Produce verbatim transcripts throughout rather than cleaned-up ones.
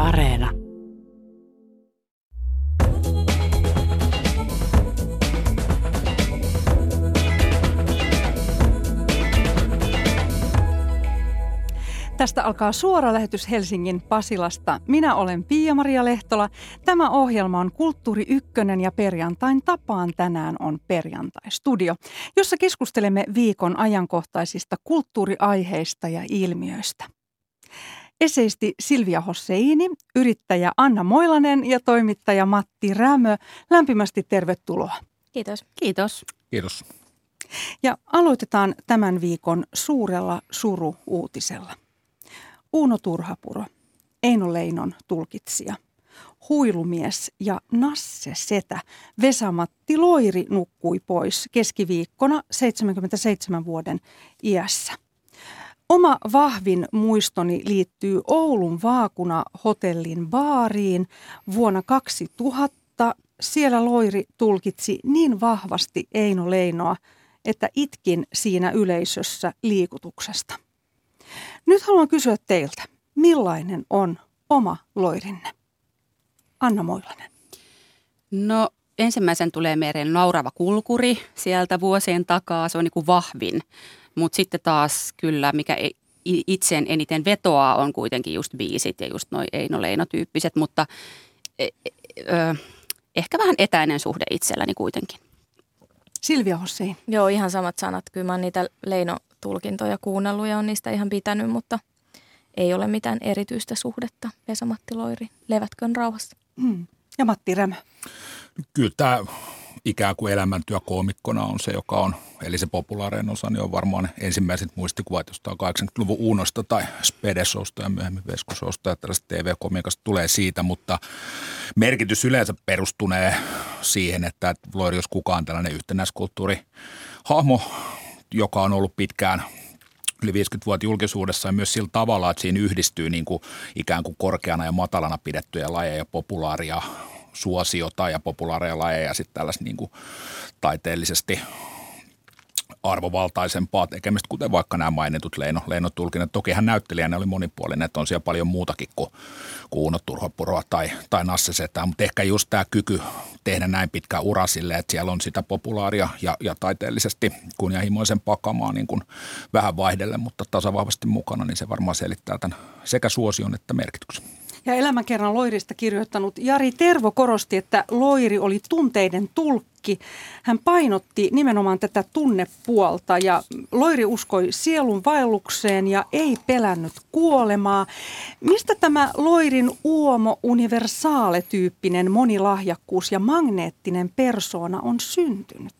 Areena. Tästä alkaa suora lähetys Helsingin Pasilasta. Minä olen Pia-Maria Lehtola. Tämä ohjelma on Kulttuuri Ykkönen ja perjantain tapaan tänään on perjantai-studio, jossa keskustelemme viikon ajankohtaisista kulttuuriaiheista ja ilmiöistä. Eseisti Silvia Hosseini, yrittäjä Anna Moilanen ja toimittaja Matti Rämö. Lämpimästi tervetuloa. Kiitos. Kiitos. Kiitos. Ja aloitetaan tämän viikon suurella suru-uutisella. Uuno Turhapuro, Eino Leinon tulkitsija, huilumies ja Nasse-setä Vesa-Matti Loiri nukkui pois keskiviikkona seitsemänkymmentäseitsemän vuoden iässä. Oma vahvin muistoni liittyy Oulun Vaakuna-hotellin baariin vuonna kaksituhatta. Siellä Loiri tulkitsi niin vahvasti Eino Leinoa, että itkin siinä yleisössä liikutuksesta. Nyt haluan kysyä teiltä, millainen on oma Loirinne? Anna Moilanen. No ensimmäisen tulee mieleen Naurava kulkuri sieltä vuosien takaa, se on niin kuin vahvin. Mutta sitten taas kyllä, mikä itseen eniten vetoaa, on kuitenkin just biisit ja just noi Eino Leino-tyyppiset, mutta e, e, ö, ehkä vähän etäinen suhde itselläni kuitenkin. Silvia Hossein. Joo, ihan samat sanat. Kyllä mä oon niitä Leino-tulkintoja kuunnellut ja on niistä ihan pitänyt, mutta ei ole mitään erityistä suhdetta. Vesa-Matti Loiri, levätköön rauhassa. Hmm. Ja Matti Rämö. Kyllä tämä ikään kuin elämäntyö koomikkona on se, joka on, eli se populaarinen osa, niin on varmaan ensimmäiset muistikuvat jostain kahdeksankymmentäluvun Uunosta tai Spedesousta ja myöhemmin Veskosousta ja tällaista T V-komiikasta tulee siitä, mutta merkitys yleensä perustunee siihen, että Loiri jos kukaan tällainen yhtenäiskulttuurihahmo, joka on ollut pitkään yli viisikymmentä vuotta julkisuudessa ja myös sillä tavalla, että siinä yhdistyy niin kuin ikään kuin korkeana ja matalana pidettyjä lajeja, populaaria suosiota ja populaareja lajeja ja sitten tällaista niin kuin taiteellisesti arvovaltaisempaa tekemistä, kuten vaikka nämä mainitut Leino, Leino-tulkinnat. Toki hän näyttelijänä oli monipuolinen, että on siellä paljon muutakin kuin Uuno Turhapuroa tai, tai Nasse-setää, mutta ehkä just tämä kyky tehdä näin pitkä ura sille, että siellä on sitä populaaria ja, ja taiteellisesti kunnianhimoisen pakamaa niin kuin vähän vaihdellen, mutta tasavahvasti mukana, niin se varmaan selittää tämän sekä suosion että merkityksen. Ja elämänkerran Loirista kirjoittanut Jari Tervo korosti, että Loiri oli tunteiden tulkki. Hän painotti nimenomaan tätä tunnepuolta ja Loiri uskoi sielun vaellukseen ja ei pelännyt kuolemaa. Mistä tämä Loirin uomo universaale-tyyppinen monilahjakkuus ja magneettinen persoona on syntynyt?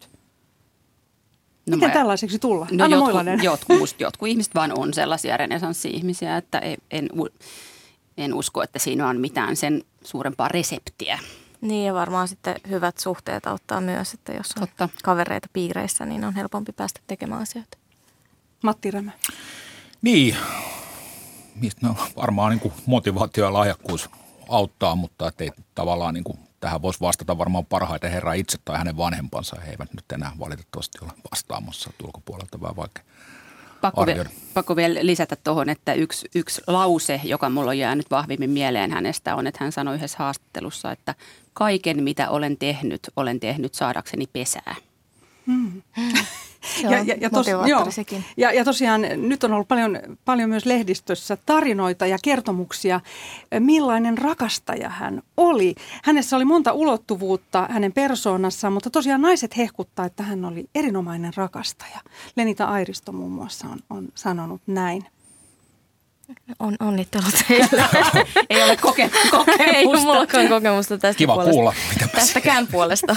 No Miten mä, tällaiseksi tulla? No Anna jotkut, Moilanen. Jotkut, jotkut ihmiset vaan on sellaisia renessanssi-ihmisiä, että en... en En usko, että siinä on mitään sen suurempaa reseptiä. Niin ja varmaan sitten hyvät suhteet auttaa myös, että jos on Totta. kavereita piireissä, niin on helpompi päästä tekemään asioita. Matti Rämö. Niin, no, varmaan niin kuin motivaatio ja lahjakkuus auttaa, mutta ettei tavallaan niin kuin, tähän voisi vastata varmaan parhaiten herra itse tai hänen vanhempansa. He eivät nyt enää valitettavasti ole vastaamassa ulkopuolelta vähän vaikka. Pakko, vie, pakko vielä lisätä tuohon, että yksi, yksi lause, joka mulla on jäänyt vahvimmin mieleen hänestä, on, että hän sanoi yhdessä haastattelussa, että kaiken mitä olen tehnyt, olen tehnyt saadakseni pesää. Hmm. Se on ja, ja, ja, tos, joo, sekin. Ja, ja tosiaan nyt on ollut paljon, paljon myös lehdistössä tarinoita ja kertomuksia, millainen rakastaja hän oli. Hänessä oli monta ulottuvuutta hänen persoonassaan, mutta tosiaan naiset hehkuttaa, että hän oli erinomainen rakastaja. Lenita Airisto muun muassa on, on sanonut näin. On, onnittelut teille. Ei ole koke- kokemusta. Ei mullakaan kokemusta tästä Kiva puolesta. kuulla. Tästäkään puolesta.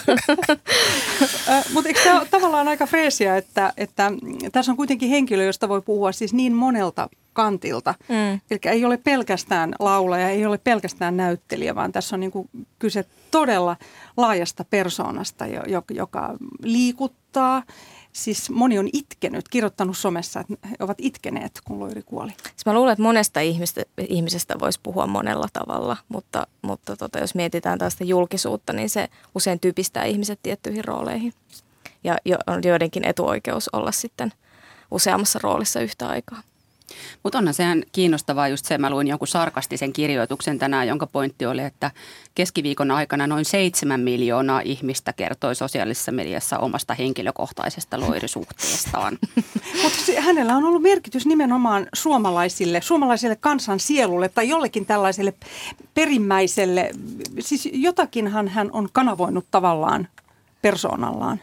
Mutta eikö tämä ole tavallaan aika freesiä, että, että tässä on kuitenkin henkilö, josta voi puhua siis niin monelta kantilta. Mm. Eli ei ole pelkästään laulaja, ei ole pelkästään näyttelijä, vaan tässä on niinku kyse todella laajasta persoonasta, joka liikuttaa. Siis moni on itkenyt, kirjoittanut somessa, että he ovat itkeneet, kun Loiri kuoli. Siis mä luulen, että monesta ihmistä, ihmisestä voisi puhua monella tavalla, mutta, mutta tota, jos mietitään tästä julkisuutta, niin se usein typistää ihmiset tiettyihin rooleihin. Ja jo, on joidenkin etuoikeus olla sitten useammassa roolissa yhtä aikaa. Mutta onhan sehän kiinnostavaa just se, mä luin jonkun sarkastisen kirjoituksen tänään, jonka pointti oli, että keskiviikon aikana noin seitsemän miljoonaa ihmistä kertoi sosiaalisessa mediassa omasta henkilökohtaisesta loirisuhteestaan. Mutta hänellä on ollut merkitys nimenomaan suomalaisille, suomalaiselle kansan sielulle tai jollekin tällaiselle perimmäiselle, siis jotakinhan hän on kanavoinut tavallaan persoonallaan.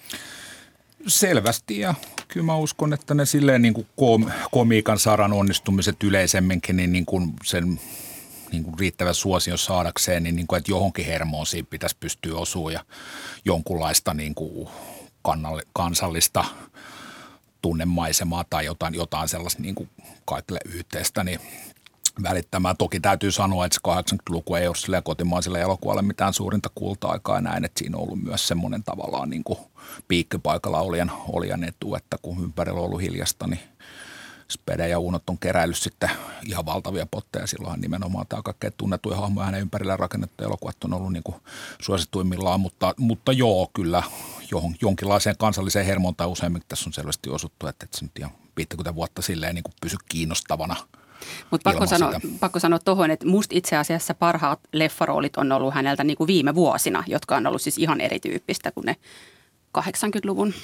Selvästi, ja kyllä mä uskon, että ne silleen niin kuin kom- komiikan saran onnistumiset yleisemminkin, niin, niin kuin sen niin kuin riittävän suosion saadakseen, niin, niin kuin, että johonkin hermoon siinä pitäisi pystyä osumaan ja jonkunlaista niin kuin kannalle, kansallista tunnemaisemaa tai jotain, jotain sellaista niin kuin kaikille yhteistä, niin välittämään. Toki täytyy sanoa, että se kahdeksankymmentäluku ei ole sille kotimaiselle elokuvalle mitään suurinta kulta-aikaa ja näin, että siinä on ollut myös semmoinen tavallaan niin kuin piikkipaikalla olijan, olijan etu, että kun ympärillä on ollut hiljasta, niin Spede ja Unot on keräillyt sitten ihan valtavia potteja. Silloinhan nimenomaan tämä kaikkein tunnetuin hahmo ja hänen ympärillä rakennettu elokuvat on ollut niin kuin suosituimmillaan, mutta, mutta joo, kyllä johon, jonkinlaiseen kansalliseen hermoon tai useimmin tässä on selvästi osuttu, että, että se nyt ihan viisikymmentä vuotta silleen niin kuin pysy kiinnostavana. Mutta pakko sanoa, pakko sanoa tuohon, että musta itse asiassa parhaat leffaroolit on ollut häneltä niin kuin viime vuosina, jotka on ollut siis ihan erityyppistä kuin ne kahdeksankymmentäluvun.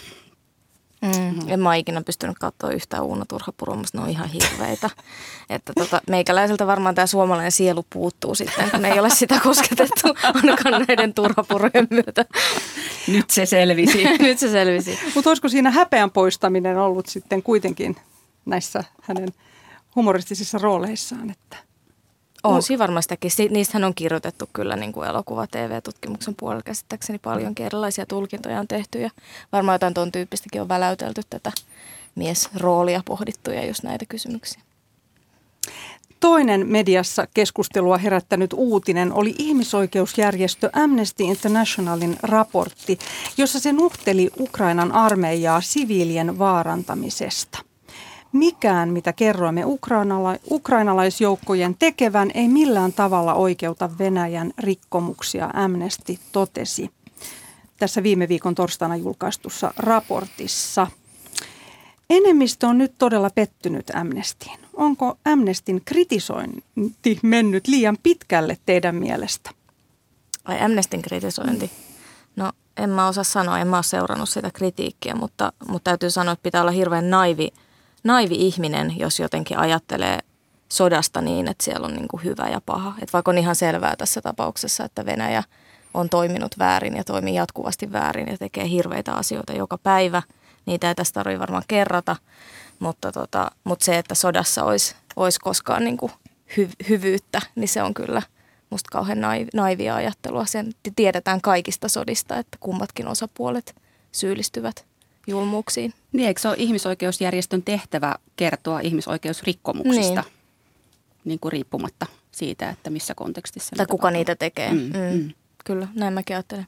Mm, en mä ikinä pystynyt katsoa yhtään Uuno Turhapuro, musta ne on ihan hirveitä. Että tota, meikäläiseltä varmaan tämä suomalainen sielu puuttuu sitten, kun ei ole sitä kosketettu ainakaan näiden turhapurojen myötä. Nyt se selvisi. Nyt se selvisi. Mutta olisiko siinä häpeän poistaminen ollut sitten kuitenkin näissä hänen humoristisissa rooleissaan, että on siinä varmastikin. Niistähän on kirjoitettu kyllä niin kuin elokuva- T V-tutkimuksen puolella käsittääkseni paljonkin erilaisia tulkintoja on tehty ja varmaan jotain tuon tyyppistäkin on väläytelty tätä miesroolia pohdittu ja just näitä kysymyksiä. Toinen mediassa keskustelua herättänyt uutinen oli ihmisoikeusjärjestö Amnesty Internationalin raportti, jossa se nuhteli Ukrainan armeijaa siviilien vaarantamisesta. Mikään, mitä kerroimme ukrainala- ukrainalaisjoukkojen tekevän, ei millään tavalla oikeuta Venäjän rikkomuksia, Amnesty totesi tässä viime viikon torstaina julkaistussa raportissa. Enemmistö on nyt todella pettynyt Amnestyin. Onko Amnestyn kritisointi mennyt liian pitkälle teidän mielestä? Ai Amnestyn kritisointi? No en mä osaa sanoa, en mä ole seurannut sitä kritiikkiä, mutta, mutta täytyy sanoa, että pitää olla hirveän naivi. naivi ihminen, jos jotenkin ajattelee sodasta niin, että siellä on niin kuin hyvä ja paha. Että vaikka on ihan selvää tässä tapauksessa, että Venäjä on toiminut väärin ja toimii jatkuvasti väärin ja tekee hirveitä asioita joka päivä. Niitä ei tästä tarvitse varmaan kerrata, mutta, tota, mutta se, että sodassa olisi, olisi koskaan niin kuin hy, hyvyyttä, niin se on kyllä musta kauhean naiv, naivia ajattelua. Sen tiedetään kaikista sodista, että kummatkin osapuolet syyllistyvät julmuuksiin. Niin, eikö se ole ihmisoikeusjärjestön tehtävä kertoa ihmisoikeusrikkomuksista, niin, niin kuin riippumatta siitä, että missä kontekstissa tai kuka tapahtuu. niitä tekee. Mm, mm. Mm. Kyllä, näin mäkin ajattelen.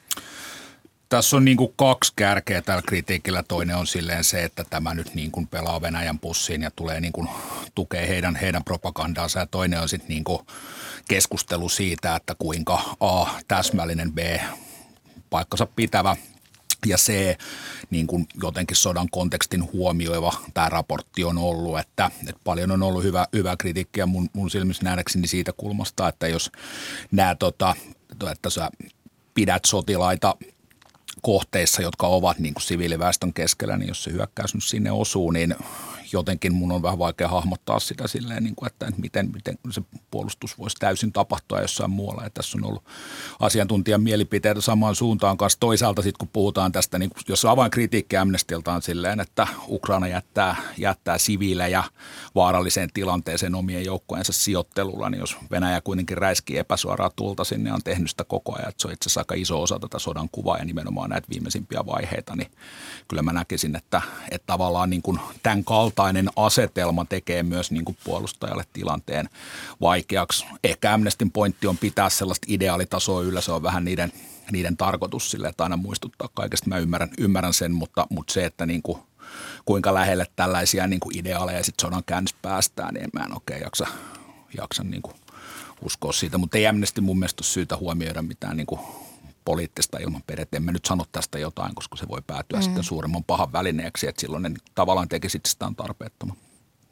Tässä on niin kuin kaksi kärkeä tällä kritiikillä. Toinen on silleen se, että tämä nyt niin kuin pelaa Venäjän pussiin ja tulee niin kuin tukee heidän, heidän propagandaansa. Ja toinen on sitten niin kuin keskustelu siitä, että kuinka A, täsmällinen, B, paikkansa pitävä ja C, niin kuin jotenkin sodan kontekstin huomioiva tämä raportti on ollut, että, että paljon on ollut hyvä, hyvä kritiikkiä mun, mun silmissä nähdäkseni siitä kulmasta, että jos nämä, tota, että sä pidät sotilaita kohteissa, jotka ovat niin kuin siviiliväestön keskellä, niin jos se hyökkäys nyt sinne osuu, niin jotenkin mun on vähän vaikea hahmottaa sitä silleen, niin kuin, että miten, miten se puolustus voisi täysin tapahtua jossain muualla. Ja tässä on ollut asiantuntijan mielipiteitä samaan suuntaan kanssa. Toisaalta sitten kun puhutaan tästä, niin jos avainkritiikki Amnestyltä on silleen, että Ukraina jättää, jättää siviilejä vaaralliseen tilanteeseen omien joukkojensa sijoittelulla, niin jos Venäjä kuitenkin räiskii epäsuoraa tulta sinne ja on tehnyt sitä koko ajan, että se on itse asiassa aika iso osa tätä sodan kuvaa ja nimenomaan näitä viimeisimpiä vaiheita, niin kyllä mä näkisin, että, että tavallaan niin kuin tämän kaltainen asetelma tekee myös niin kuin puolustajalle tilanteen vaikeaksi. Ehkä Amnestyn pointti on pitää sellaista ideaalitasoa yllä, se on vähän niiden, niiden tarkoitus sille, että aina muistuttaa kaikesta. Mä ymmärrän, ymmärrän sen, mutta, mutta se, että niin kuin, kuinka lähelle tällaisia niin kuin ideaaleja sitten sodan käynnissä päästään, niin mä en oikein jaksa, jaksa niin kuin uskoa siitä. Mutta ei Amnesty mun mielestä ole syytä huomioida mitään niin kuin poliittista ilmanperiaatetta. En mä nyt sano tästä jotain, koska se voi päätyä mm. sitten suuremman pahan välineeksi, että silloin ne tavallaan tekisi itsestään tarpeettoman.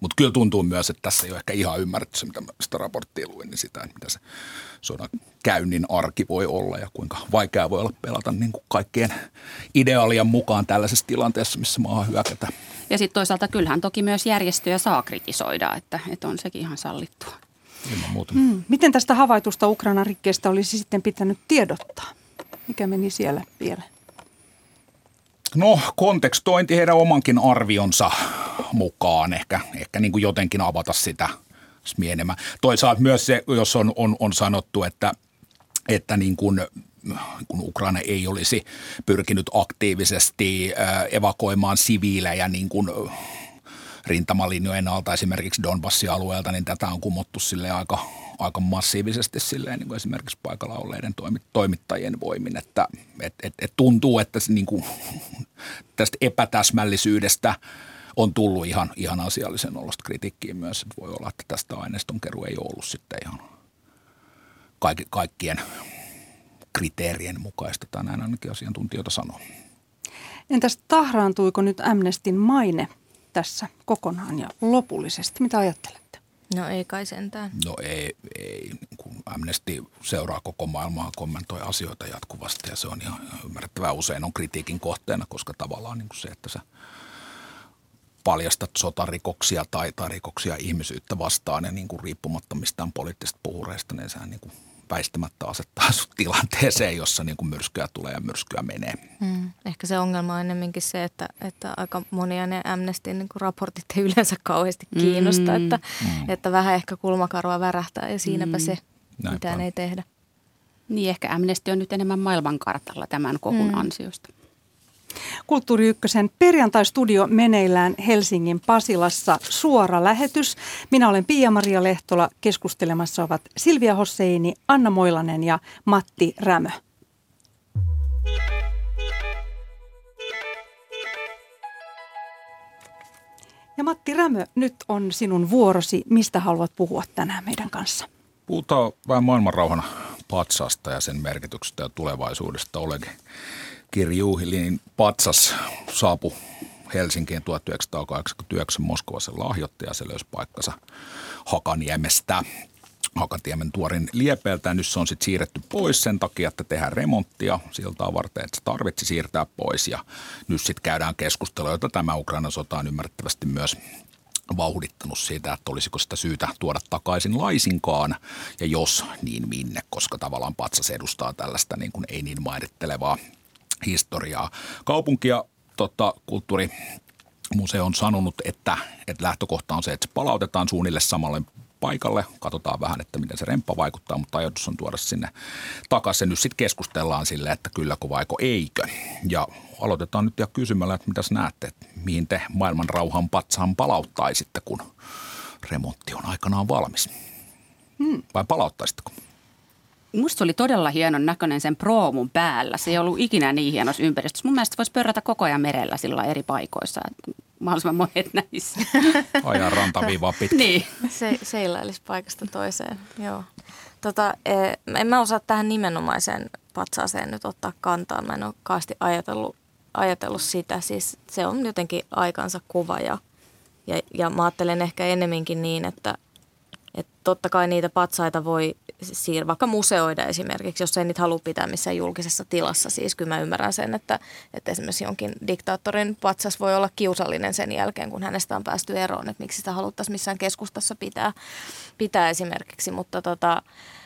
Mutta kyllä tuntuu myös, että tässä ei ole ehkä ihan ymmärretty se, mitä mä sitä raporttia luin, niin sitä, että mitä se sodan käynnin arki voi olla ja kuinka vaikeaa voi olla pelata niin kuin kaikkien ideaalien mukaan tällaisessa tilanteessa, missä maahan hyökätään. Ja sitten toisaalta kyllähän toki myös järjestöjä saa kritisoida, että, että on sekin ihan sallittua. Ilman muuta. Mm. Miten tästä havaitusta Ukrainan rikkeestä olisi sitten pitänyt tiedottaa? Mikä meni siellä vielä? No kontekstointi heidän omankin arvionsa mukaan, ehkä, ehkä niin kuin jotenkin avata sitä enemmän. Toisaalta myös se, jos on, on, on sanottu, että, että niin kuin, kun Ukraina ei olisi pyrkinyt aktiivisesti evakuoimaan siviilejä niin kuin rintamalinjojen alta esimerkiksi Donbassin alueelta, niin tätä on kumottu silleen aika, aika massiivisesti silleen, niin kuin esimerkiksi paikalla olleiden toimittajien voimin, että et, et, et tuntuu, että se, niin kuin, tästä epätäsmällisyydestä on tullut ihan, ihan asiallisen olosta kritiikkiin myös, että voi olla, että tästä aineistonkeru ei ole ollut sitten ihan kaikki, kaikkien kriteerien mukaista, tai näin ainakin asiantuntijoita sanoo. Entäs tahraantuiko nyt Amnestyn maine tässä kokonaan ja lopullisesti? Mitä ajattelette? No ei kai sentään. No ei, ei. Kun Amnesty seuraa koko maailmaa, kommentoi asioita jatkuvasti ja se on ihan ymmärrettävää. Usein on kritiikin kohteena, koska tavallaan niin kuin se, että sä paljastat sotarikoksia tai, tai rikoksia ihmisyyttä vastaan ja niin kuin riippumatta mistään poliittisista puhureista, niin sehän niin kuin väistämättä asettaa sut tilanteeseen, jossa niin kuin myrskyä tulee ja myrskyä menee. Hmm. Ehkä se ongelma on ennemminkin se, että, että aika monia ne Amnestyn niin kuin raportit ei yleensä kauheasti kiinnosta, mm. että, mm. että vähän ehkä kulmakarva värähtää ja siinäpä mm. se, Näinpä. mitään ei tehdä. Niin ehkä Amnesty on nyt enemmän maailmankartalla tämän kohun Mm. ansiosta. Kulttuuri Ykkösen perjantai-studio meneillään Helsingin Pasilassa suora lähetys. Minä olen Pia-Maria Lehtola. Keskustelemassa ovat Silvia Hosseini, Anna Moilanen ja Matti Rämö. Ja Matti Rämö, nyt on sinun vuorosi. Mistä haluat puhua tänään meidän kanssa? Puhutaan vähän maailmanrauhan patsasta ja sen merkityksestä ja tulevaisuudesta. Oleg Kirjuhilin patsas saapui Helsinkiin tuhatyhdeksänsataakahdeksankymmentäyhdeksän. Moskova sen lahjoitti ja se löysi paikkansa Hakaniemestä, Hakatiemen tuorin liepeältä. Nyt se on sitten siirretty pois sen takia, että tehdään remonttia siltaa varten, että se tarvitsi siirtää pois. Ja nyt sitten käydään keskustelua, jota tämä Ukrainan sota on ymmärrettävästi myös vauhdittanut siitä, että olisiko sitä syytä tuoda takaisin laisinkaan ja jos, niin minne, koska tavallaan patsas edustaa tällaista niin kuin ei niin mairittelevaa historiaa. Kaupunki ja tota, kulttuurimuseo on sanonut, että, että lähtökohta on se, että se palautetaan suunnilleen samalle paikalle. Katsotaan vähän, että miten se remppa vaikuttaa, mutta ajatus on tuoda sinne takaisin. Nyt sitten keskustellaan silleen, että kylläkö vaiko eikö. Ja aloitetaan nyt ja kysymällä, että mitäs näette, että mihin te maailman rauhan patsaan palauttaisitte, kun remontti on aikanaan valmis. Hmm. Vai palauttaisitteko? Musta se oli todella hienon näköinen sen proomun päällä. Se ei ollut ikinä niin hienossa ympäristössä. Mun mielestä voisi pörrätä koko ajan merellä sillä eri paikoissa. Mahdollisimman monet näissä. Ajan rantaviivaa pitkin. Niin. Se, seilailisi paikasta toiseen, joo. Tota, en mä osaa tähän nimenomaiseen patsaaseen nyt ottaa kantaa. Mä en ole kaasti ajatellut, ajatellut sitä. Siis se on jotenkin aikansa kuva ja, ja, ja mä ajattelen ehkä ennemminkin niin, että että totta kai niitä patsaita voi siirrä, vaikka museoida esimerkiksi, jos ei niitä halua pitää missään julkisessa tilassa. Siis kyllä mä ymmärrän sen, että, että esimerkiksi jonkin diktaattorin patsas voi olla kiusallinen sen jälkeen, kun hänestä on päästy eroon, että miksi sitä haluttaisiin missään keskustassa pitää, pitää esimerkiksi. Mutta tota,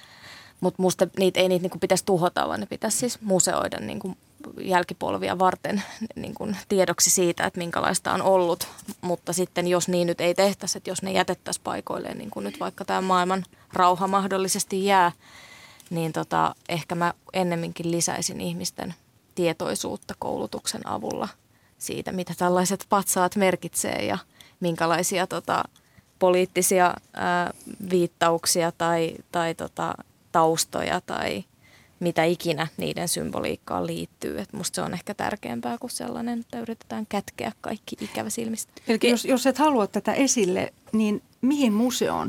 mut musta niitä, ei niitä niinku pitäisi tuhota, vaan ne pitäisi siis museoida niinku jälkipolvia varten niin kuin tiedoksi siitä, että minkälaista on ollut. Mutta sitten jos niin nyt ei tehtäisi, että jos ne jätettäisiin paikoilleen, niin kuin nyt vaikka tämä maailman rauha mahdollisesti jää, niin tota, ehkä mä ennemminkin lisäisin ihmisten tietoisuutta koulutuksen avulla siitä, mitä tällaiset patsaat merkitsee ja minkälaisia tota, poliittisia ää, viittauksia tai, tai tota, taustoja tai mitä ikinä niiden symboliikkaan liittyy. Et musta se on ehkä tärkeämpää kuin sellainen, että yritetään kätkeä kaikki ikävä silmistä. Eli jos, jos et halua tätä esille, niin mihin museoon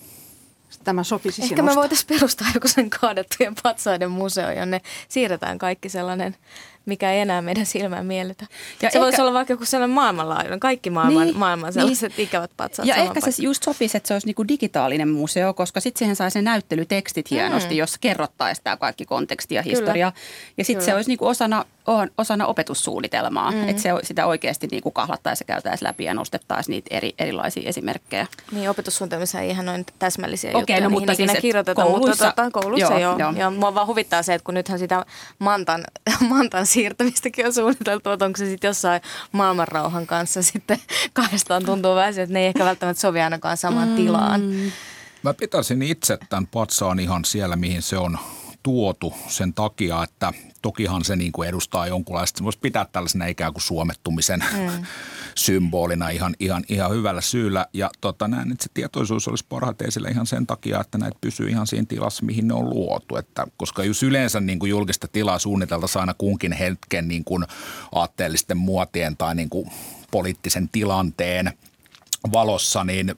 tämä sopisi Ehkä sinusta? me voitaisiin perustaa joku sen kaadettujen patsaiden museo, jonne siirretään kaikki sellainen mikä ei enää meidän silmään miellytä. Ja se ehkä, voisi olla vaikka joku sellainen maailmanlaajuinen, kaikki maailman, niin, maailman sellaiset niin, ikävät patsaat. Ja ehkä paikka. Se just sopisi, että se olisi niinku digitaalinen museo, koska sitten siihen saisi ne näyttelytekstit hienosti, mm. jos kerrottaisiin tämä kaikki konteksti ja historia. Kyllä. Ja sitten se olisi niinku osana, osana opetussuunnitelmaa, mm. että se sitä oikeasti niinku kahlattaisiin ja käytäisiin läpi ja nostettaisiin niitä eri, erilaisia esimerkkejä. Niin, opetussuunnitelmissa ei ihan noin täsmällisiä Okei, juttuja, no, niihin mutta ikinä siis, kirjoitetaan, kouluissa, mutta tota, koulussa joo. joo. joo. Ja mua vaan huvittaa se, että kun nythän sitä Mantan, Mantan siirtämistäkin on suunniteltu, että onko se sitten jossain maailmanrauhan kanssa sitten kahdestaan tuntuu vähän että ne ei ehkä välttämättä sovi ainakaan samaan mm. tilaan. Mä pitäisin itse tämän patsaan ihan siellä, mihin se on tuotu sen takia, että tokihan se niin kuin edustaa jonkunlaista, se voisi pitää tällaisena ikään kuin suomettumisen mm. symbolina ihan, ihan, ihan hyvällä syyllä. Ja tota, näin, että se tietoisuus olisi parhaiten esille ihan sen takia, että näitä pysyy ihan siinä tilassa, mihin ne on luotu. Että, koska jos yleensä niin kuin julkista tilaa suunniteltaisiin aina kunkin hetken niin kuin aatteellisten muotien tai niin kuin poliittisen tilanteen valossa, niin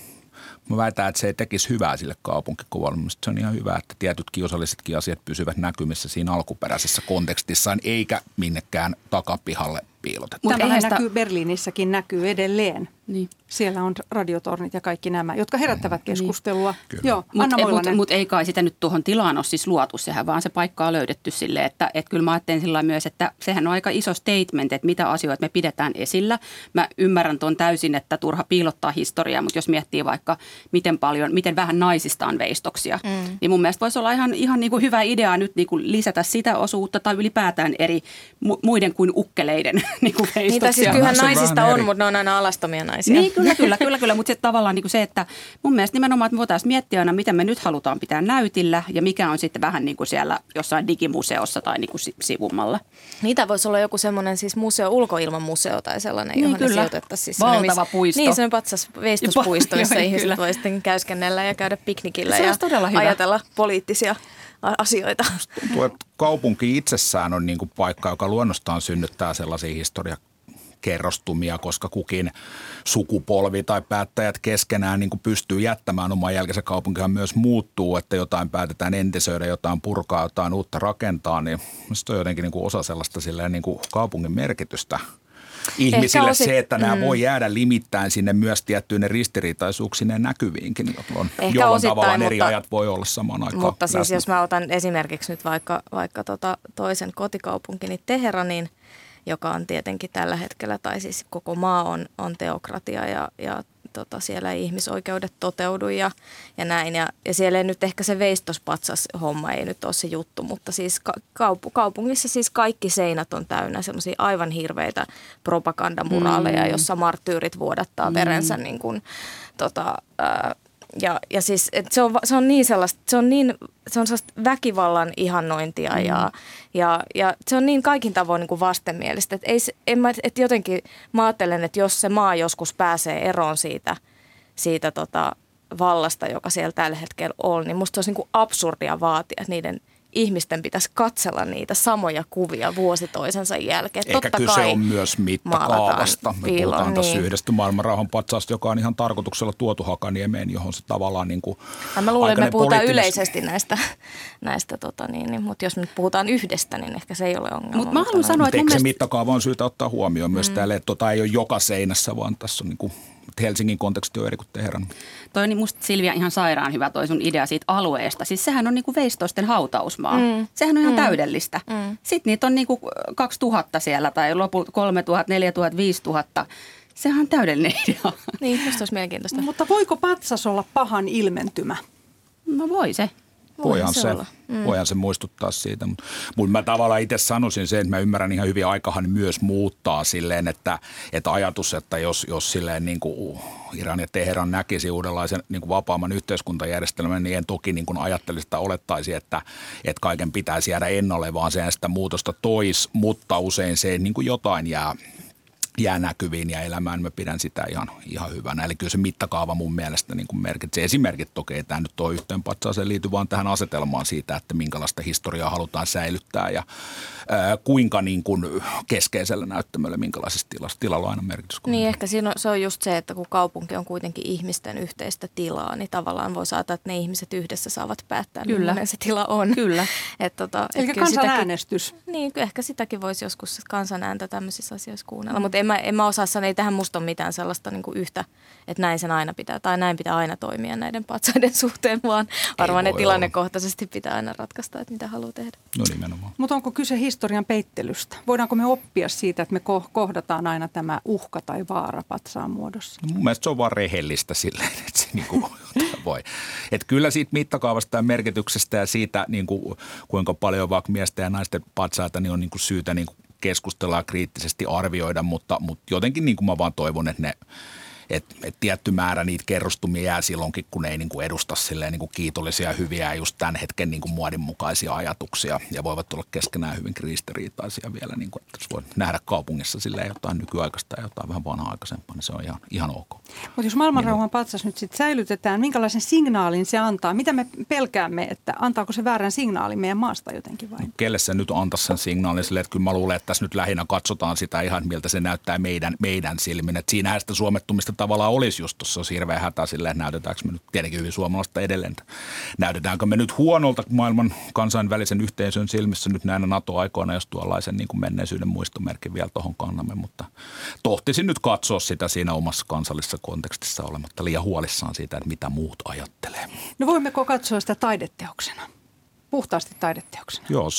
mä väitän, että se ei tekisi hyvää sille kaupunkikuvalle. Mielestäni se on ihan hyvä, että tietyt kiusallisetkin asiat pysyvät näkymissä siinä alkuperäisessä kontekstissaan, eikä minnekään takapihalle piilotettu. Tämähän sitä näkyy Berliinissäkin, näkyy edelleen. Niin. Siellä on radiotornit ja kaikki nämä, jotka herättävät keskustelua. Niin. Joo, Anna Mutta mut, mut ei kai sitä nyt tuohon tilaan ole siis luotu, sehän vaan se paikka on löydetty silleen, että et kyllä mä ajattelen sillä myös, että sehän on aika iso statement, että mitä asioita me pidetään esillä. Mä ymmärrän tuon täysin, että turha piilottaa historiaa, mutta jos miettii vaikka miten paljon, miten vähän naisista on veistoksia, mm. niin mun mielestä voisi olla ihan, ihan niin kuin hyvä idea nyt niin kuin lisätä sitä osuutta tai ylipäätään eri mu- muiden kuin ukkeleiden niin kuin veistoksia. Niitä siis kyllähän naisista on, mutta ne on aina alastomia naisia. Niin, kyllä, kyllä, kyllä, kyllä. Mutta tavallaan niin kuin se, että mun mielestä nimenomaan, että me voitaisiin miettiä aina, mitä me nyt halutaan pitää näytillä ja mikä on sitten vähän niin kuin siellä jossain digimuseossa tai niin kuin sivummalla. Niitä voisi olla joku semmoinen siis museo, ulkoilmamuseo tai sellainen, niin, johon kyllä. ne sijoitettaisiin. Siis valtava miss, puisto. Niin, semmoinen patsas veistospuisto, jossa ihmiset voi sitten käyskennellä ja käydä piknikillä ja ajatella poliittisia asioita. Tuntuu, että kaupunki itsessään on niin kuin paikka, joka luonnostaan synnyttää sellaisia historia kerrostumia, koska kukin sukupolvi tai päättäjät keskenään niin kuin pystyy jättämään oman jälkeensä. Kaupunkihan myös muuttuu, että jotain päätetään entisöidä, jotain purkaa, jotain uutta rakentaa, niin se on jotenkin niin kuin osa sellaista silleen niin kuin kaupungin merkitystä ihmisille osit, se, että nämä mm. voi jäädä limittäin sinne myös tiettyinen ristiriitaisuuksineen näkyviinkin, jolloin, jolloin tavallaan eri mutta, ajat voi olla samaan aikaan. Mutta läsnä. Siis jos mä otan esimerkiksi nyt vaikka, vaikka tota toisen kotikaupunkini Teheranin, joka on tietenkin tällä hetkellä, tai siis koko maa on, on teokratia ja, ja tota, siellä ei ihmisoikeudet toteudu ja, ja näin. Ja, ja siellä ei nyt ehkä se veistospatsas homma ei nyt ole se juttu, mutta siis kaup- kaupungissa siis kaikki seinät on täynnä semmoisia aivan hirveitä propagandamuraaleja, mm. jossa marttyyrit vuodattaa mm. verensä niin kuin, tota, ää, Ja, ja siis et se, on, se on niin sellaista, se on niin, se on sellaista väkivallan ihannointia mm. ja, ja, ja se on niin kaikin tavoin niin kuin vastenmielistä. Että ei, en mä, et jotenkin mä ajattelen, että jos se maa joskus pääsee eroon siitä, siitä tota vallasta, joka siellä tällä hetkellä on, niin musta olisi niin kuin absurdia vaatia, että niiden ihmisten pitäisi katsella niitä samoja kuvia vuosi toisensa jälkeen. Eikä Totta kyse kai on myös mittakaavasta. Me piilon, puhutaan tässä niin. yhdestä maailmanrauhan patsaasta, joka on ihan tarkoituksella tuotu Hakaniemeen, johon se tavallaan niin kuin mä luulen, että me puhutaan poliittimis- yleisesti näistä, näistä tota niin, niin, mutta jos me nyt puhutaan yhdestä, niin ehkä se ei ole ongelma. Mut mä haluan sanoa, että mun mielestä... se mittakaava on syytä ottaa huomioon myös mm. täällä, että tota ei ole joka seinässä, vaan tässä on niin kuin Helsingin konteksti on eri kuin Teheran. Toi on niin musta Silvia ihan sairaan hyvä toi sun idea siitä alueesta. Siis sehän on niinku veistoisten hautausmaa. Mm. Sehän on ihan mm. täydellistä. Mm. Sitten niitä on niinku kaksituhatta siellä tai lopulta kolmetuhatta, neljätuhatta, viisituhatta. Sehän on täydellinen idea. Niin, musta olisi mielenkiintoista. Mutta voiko patsas olla pahan ilmentymä? No voi se. Voihan se, mm. voihan se muistuttaa siitä, mutta mut mä tavallaan itse sanoisin sen, että mä ymmärrän ihan hyvin, aikahan myös muuttaa silleen, että, että ajatus, että jos, jos silleen niin kuin Iran ja Teheran näkisi uudenlaisen niin kuin vapaamman yhteiskuntajärjestelmän, niin en toki niin kuin ajattelisi tai olettaisi, että, että kaiken pitäisi jäädä ennalle, vaan se sitä muutosta tois, mutta usein se niin kuin jotain jää, jää näkyviin ja elämään. Mä pidän sitä ihan, ihan hyvänä. Eli kyllä se mittakaava mun mielestä niin kuin merkitsee. Esimerkit toki ei tämä nyt ole yhteen patsaaseen liity, vaan tähän asetelmaan siitä, että minkälaista historiaa halutaan säilyttää ja ää, kuinka niin kuin keskeisellä näyttämöllä, minkälaisessa tilassa. Tilalla on aina merkitys. Niin, ehkä siinä on, se on just se, että kun kaupunki on kuitenkin ihmisten yhteistä tilaa, niin tavallaan voi saada, että ne ihmiset yhdessä saavat päättää, kyllä, millainen se tila on. Kyllä. Et tota, eli kansanäänestys. Niin, ehkä sitäkin voisi joskus kansanääntä tämmöisissä asioissa kuunnella, mm. mutta en mä, en mä osaa sanoa, ei tähän musta ole mitään sellaista niin kuin yhtä, että näin sen aina pitää, tai näin pitää aina toimia näiden patsaiden suhteen, vaan varmaan ne tilannekohtaisesti pitää aina ratkaista, että mitä haluaa tehdä. No nimenomaan. Mutta onko kyse historian peittelystä? Voidaanko me oppia siitä, että me kohdataan aina tämä uhka tai vaara patsaan muodossa? No mun mielestä se on vaan rehellistä silleen, että se niinku voi. Et kyllä siitä mittakaavasta ja merkityksestä ja siitä, niinku, kuinka paljon vaikka miesten ja naisten patsaita niin on niinku syytä niinku keskustella ja kriittisesti arvioida, mutta, mutta jotenkin niin kuin mä vaan toivon, että ne että et tietty määrä niitä kerrostumia jää silloinkin, kun ne ei niin kuin edusta silleen niin kuin kiitollisia, hyviä ja just tämän hetken niin kuin muodin mukaisia ajatuksia ja voivat olla keskenään hyvin ristiriitaisia vielä, niin kuin, että jos voi nähdä kaupungissa silleen jotain nykyaikaista ja jotain vähän vanha-aikaisempaa, niin se on ihan, ihan ok. Mutta jos maailmanrauhan patsas nyt sitten säilytetään, minkälaisen signaalin se antaa? Mitä me pelkäämme, että antaako se väärän signaalin meidän maasta jotenkin vai? No, kelle se nyt antaa sen signaalin silleen, että kyllä mä luulen, että tässä nyt lähinnä katsotaan sitä ihan, miltä se näyttää meidän, meidän silmin, että siinähän sitä suomettumista tavallaan olisi just tuossa, olisi hirveä hätä silleen, että näytetäänkö me nyt tietenkin hyvin suomalaista edelleen. Näytetäänkö me nyt huonolta maailman kansainvälisen yhteisön silmissä nyt näinä NATO-aikoina, jos tuollaisen niin kuin menneisyyden muistomerkin vielä tuohon kannamme, mutta tohtisin nyt katsoa sitä siinä omassa kansallisessa kontekstissa olematta liian huolissaan siitä, että mitä muut ajattelee. No voimmeko katsoa sitä taideteoksena? Puhtaasti taideteoksena. Joo,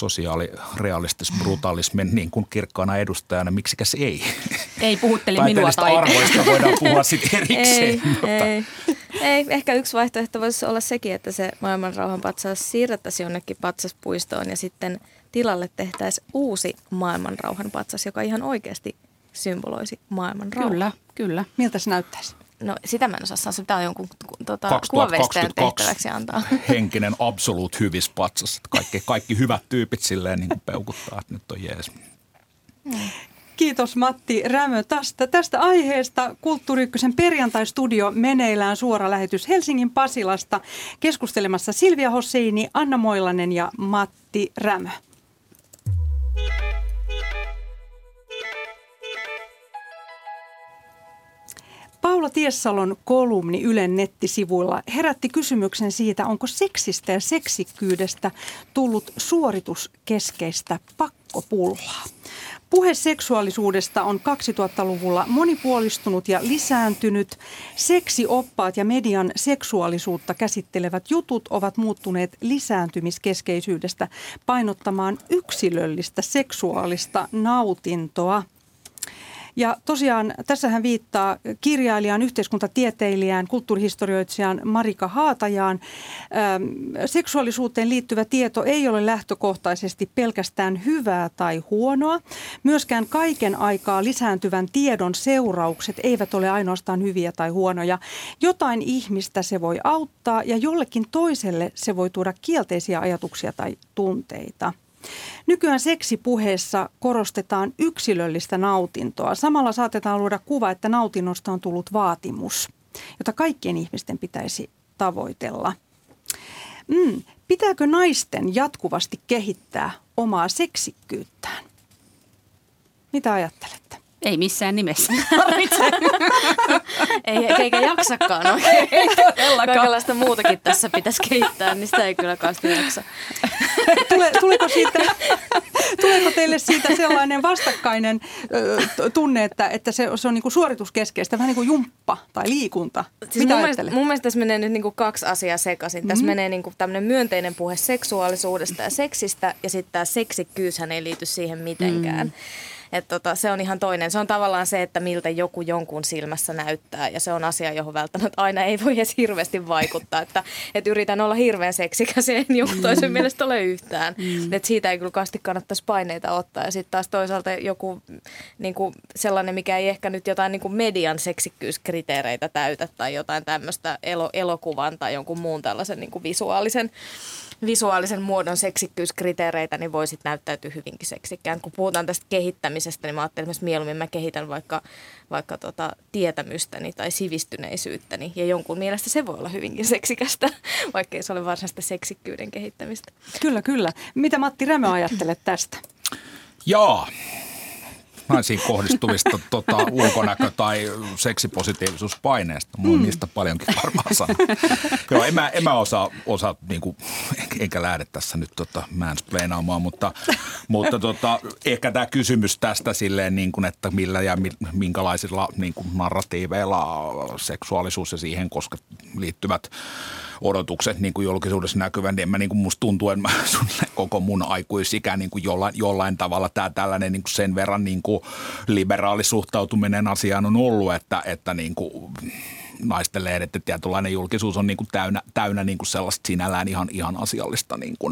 sosiaalirealistis-brutalismin niin kuin kirkkaana edustajana, miksikäs ei? Ei puhutteli minua taiteesta. Arvoista voidaan puhua sitten erikseen. Ei, mutta. ei. ei, ehkä yksi vaihtoehto voisi olla sekin, että se maailmanrauhan patsas siirrettäisiin jonnekin patsaspuistoon ja sitten tilalle tehtäisiin uusi maailmanrauhan patsas, joka ihan oikeasti symboloisi maailmanrauhaa. Kyllä, kyllä. Miltä se näyttäisi? No sitä mä en osaa sanoa, se pitää jonkun tuota, kuvanveistäjän tehtäväksi antaa. Henkinen absolute hyvis patsas. Kaikki, kaikki hyvät tyypit silleen niin kuin peukuttaa, että nyt on jees. Mm. Kiitos Matti Rämö tästä, tästä aiheesta. Kulttuuri Ykkösen perjantaistudio meneillään suora lähetys Helsingin Pasilasta. Keskustelemassa Silvia Hosseini, Anna Moilanen ja Matti Rämö. Paula Tiessalon kolumni Ylen nettisivuilla herätti kysymyksen siitä, onko seksistä ja seksikkyydestä tullut suorituskeskeistä pakkopullaa. Puhe seksuaalisuudesta on kaksituhattaluvulla monipuolistunut ja lisääntynyt. Seksioppaat ja median seksuaalisuutta käsittelevät jutut ovat muuttuneet lisääntymiskeskeisyydestä painottamaan yksilöllistä seksuaalista nautintoa. Ja tosiaan tässähän viittaa kirjailijaan, yhteiskuntatieteilijään, kulttuurihistorioitsijaan Marika Haatajaan. Ähm, seksuaalisuuteen liittyvä tieto ei ole lähtökohtaisesti pelkästään hyvää tai huonoa. Myöskään kaiken aikaa lisääntyvän tiedon seuraukset eivät ole ainoastaan hyviä tai huonoja. Jotain ihmistä se voi auttaa ja jollekin toiselle se voi tuoda kielteisiä ajatuksia tai tunteita. Nykyään seksipuheessa korostetaan yksilöllistä nautintoa. Samalla saatetaan luoda kuva, että nautinnosta on tullut vaatimus, jota kaikkien ihmisten pitäisi tavoitella. Mm, pitääkö naisten jatkuvasti kehittää omaa seksikkyyttään? Mitä ajattelette? Ei missään nimessä. ei, eikä jaksakaan oikein. Ei todellakaan. Kaikenlaista muutakin tässä pitäisi kehittää, niin sitä ei kyllä kauheasti jaksa. Tule, tuleeko, siitä, tuleeko teille siitä sellainen vastakkainen ö, tunne, että, että se, se on niin kuin suorituskeskeistä, vähän niin kuin jumppa tai liikunta? Siis Mitä mun, ajattelet? mielestä, mun mielestä tässä menee nyt niin kuin kaksi asiaa sekaisin. Mm-hmm. Tässä menee niin kuin tämmöinen myönteinen puhe seksuaalisuudesta ja seksistä, ja sitten tämä seksikkyyshän ei liity siihen mitenkään. Mm. Että tota, se on ihan toinen. Se on tavallaan se, että miltä joku jonkun silmässä näyttää, ja se on asia, johon välttämättä aina ei voi edes hirveästi vaikuttaa. Että, että yritän olla hirveän seksikäs, en joku toisen mielestä ole yhtään. Mm. Että siitä ei kyllä kasti kannattaisi paineita ottaa. Ja sitten taas toisaalta joku niin kuin sellainen, mikä ei ehkä nyt jotain niin kuin median seksikkyyskriteereitä täytä tai jotain tämmöistä elo, elokuvan tai jonkun muun tällaisen niin kuin visuaalisen visuaalisen muodon seksikkyyskriteereitä, niin voi sitten näyttäytyä hyvinkin seksikkään. Kun puhutaan tästä kehittämisestä, kehittämisestä, niin mä ajattelin, että mieluummin mä kehitän vaikka, vaikka tota, tietämystäni tai sivistyneisyyttäni. Ja jonkun mielestä se voi olla hyvinkin seksikästä, vaikka ei se ole varsinaista seksikkyyden kehittämistä. Kyllä, kyllä. Mitä Matti Rämö ajattelet tästä? Jaa. Naisiin kohdistuvista tota, ulkonäkö- tai seksipositiivisuuspaineesta. Mulla on niistä paljonkin varmaan sanoa. Joo, en mä, en mä osaa, osaa niinku, enkä lähde tässä nyt tota, mansplainaamaan, mutta, mutta tota, ehkä tämä kysymys tästä silleen, niin kuin, että millä ja minkälaisilla niin kuin narratiiveilla seksuaalisuus ja siihen koska liittyvät odotukset niin kuin julkisuudessa näkyvän, niin mä, niin kuin musta tuntuu, että mä, koko mun aikuisikä niin kuin jollain, jollain tavalla tämä tällainen niin kuin sen verran niin kuin liberaali suhtautuminen asiaan on ollut, että, että niin kuin naisten lehdet ja tietynlainen julkisuus on niin kuin täynnä, täynnä niin kuin sellaista sinällään ihan, ihan asiallista niin kuin,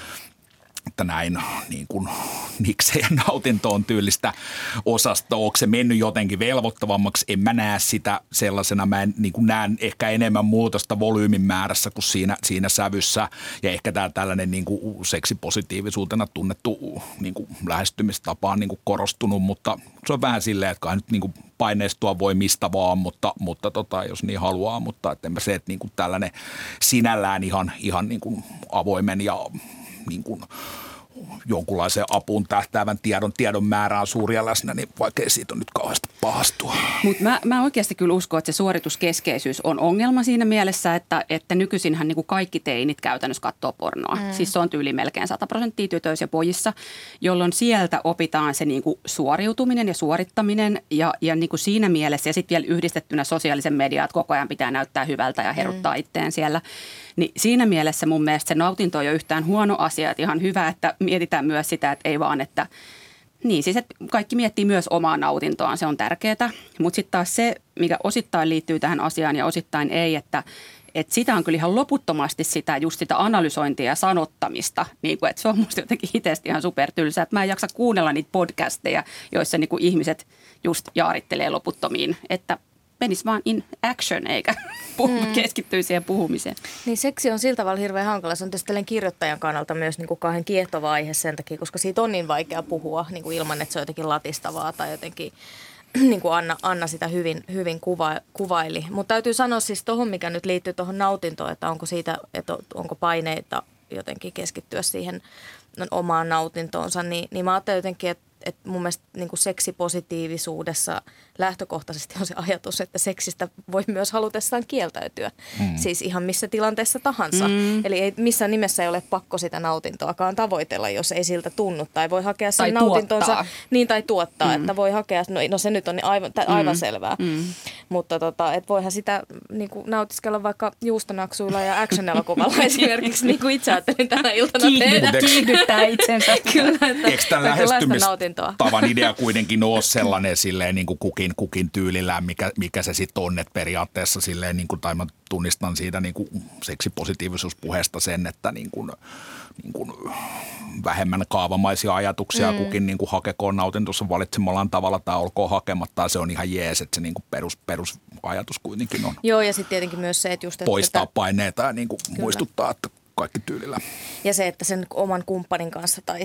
että näin niin kuin nikseen ja nautintoon tyylistä osasta. Onko se mennyt jotenkin velvoittavammaksi? En mä näe sitä sellaisena. Mä en, niin kuin näen ehkä enemmän muutosta volyymin määrässä kuin siinä, siinä sävyssä. Ja ehkä tämä tällainen niin kuin seksipositiivisuutena tunnettu niin kuin lähestymistapa on niin kuin korostunut, mutta se on vähän silleen, että kai nyt niin kuin paineistua voi mistä vaan, mutta, mutta tota, jos niin haluaa. Mutta että en mä se, että niin kuin tällainen sinällään ihan, ihan niin kuin avoimen ja niin kuin jonkunlaiseen apuun tähtäävän tiedon, tiedon määrä on suuria läsnä, niin vaikea siitä on nyt kauheasti pahastua. Mutta mä, mä oikeasti kyllä uskon, että se suorituskeskeisyys on ongelma siinä mielessä, että, että nykyisinhän niin kuin kaikki teinit käytännössä katsoo pornoa. Mm. Siis se on tyyli melkein sata prosenttia tytöissä ja pojissa, jolloin sieltä opitaan se niin kuin suoriutuminen ja suorittaminen ja, ja niin kuin siinä mielessä ja sitten vielä yhdistettynä sosiaalisen mediaan, että koko ajan pitää näyttää hyvältä ja heruttaa mm. itteen siellä. Niin siinä mielessä mun mielestä se nautinto ei ole yhtään huono asia, että ihan hyvä, että mietitään myös sitä, että ei vaan, että niin siis, että kaikki miettii myös omaa nautintoaan, se on tärkeää, mutta sitten taas se, mikä osittain liittyy tähän asiaan ja osittain ei, että että sitä on kyllä ihan loputtomasti sitä, just sitä analysointia ja sanottamista, niin kuin, että se on musta jotenkin itsestä ihan supertylsää, että mä en jaksa kuunnella niitä podcasteja, joissa niin kuin ihmiset just jaarittelee loputtomiin, että menisi vaan in action eikä mm. keskittyisi siihen puhumiseen. Niin seksi on sillä tavalla hirveän hankala. Se on tietysti kirjoittajan kannalta myös niin kuin kauhean kiehtova aihe sen takia, koska siitä on niin vaikea puhua niin kuin ilman, että se on jotenkin latistavaa tai jotenkin niin kuin Anna, Anna sitä hyvin, hyvin kuva, kuvaili. Mutta täytyy sanoa siis tuohon, mikä nyt liittyy tuohon nautintoon, että onko siitä, että onko paineita jotenkin keskittyä siihen omaan nautintoonsa, niin, niin mä ajattelen jotenkin, että että mun mielestä niin kuin seksipositiivisuudessa lähtökohtaisesti on se ajatus, että seksistä voi myös halutessaan kieltäytyä. Mm. Siis ihan missä tilanteessa tahansa. Mm. Eli ei, missään nimessä ei ole pakko sitä nautintoakaan tavoitella, jos ei siltä tunnu. Tai voi hakea sen nautintonsa. Tuottaa. Niin, tai tuottaa. Mm. Että voi hakea, no, no se nyt on aivan, aivan mm. selvää. Mm. Mutta tota, et voihan sitä niin kuin nautiskella vaikka juustonaksuilla ja action-elokuvalla esimerkiksi, niin kuin itse ajattelin tänä iltana tehdä. Kiihdyttää itsensä. Kyllä, että eikö tämän lähestymistavan idea kuitenkin ole sellainen silleen niin kuin kukin, kukin tyylillään, mikä, mikä se sitten on, että periaatteessa silleen, niin kuin, tai mä tunnistan siitä niin kuin seksipositiivisuuspuheesta sen, että niin kuin, niin kuin vähemmän kaavamaisia ajatuksia mm. kukin niin kuin hakekoon nautintossa valitsemallaan tavalla tai olkoon hakematta. Se on ihan jees, että se niin kuin perus, perusajatus kuitenkin on. Joo, ja sitten tietenkin myös se, että just... Että poistaa tätä paineita ja niin kuin muistuttaa, että kaikki tyylillä. Ja se, että sen oman kumppanin kanssa tai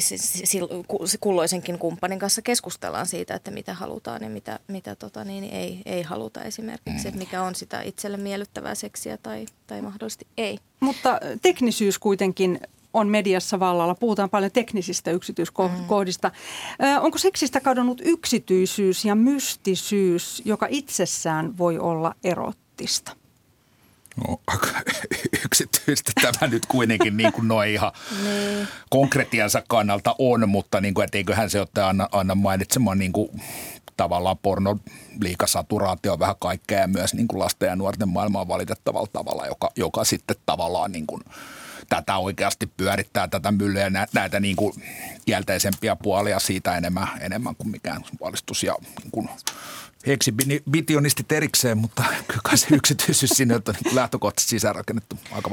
kulloisenkin kumppanin kanssa keskustellaan siitä, että mitä halutaan ja mitä, mitä tota, niin ei, ei haluta esimerkiksi, mm. että mikä on sitä itselle miellyttävää seksiä tai, tai mahdollisesti ei. Mutta teknisyys kuitenkin on mediassa vallalla. Puhutaan paljon teknisistä yksityiskohdista. Mm. Ö, onko seksistä kadonnut yksityisyys ja mystisyys, joka itsessään voi olla erottista? No, yksityistä tämä nyt kuitenkin niin kuin noin ihan niin. konkretiansa kannalta on, mutta niin kuin, et eiköhän se ole Anna, Anna mainitsemaan niin kuin, tavallaan pornoliikasaturaatio on vähän kaikkea ja myös niin kuin lasten ja nuorten maailmaa valitettavalla tavalla, joka, joka sitten tavallaan niin kuin tätä oikeasti pyörittää, tätä myllyä ja nä, näitä niin kuin kielteisempiä puolia siitä enemmän, enemmän kuin mikään valistus ja niin kuin eksibitionistit erikseen, mutta kyllä se yksityisyys sinne on niin lähtökohtaisesti sisäänrakennettu aika vahvasti.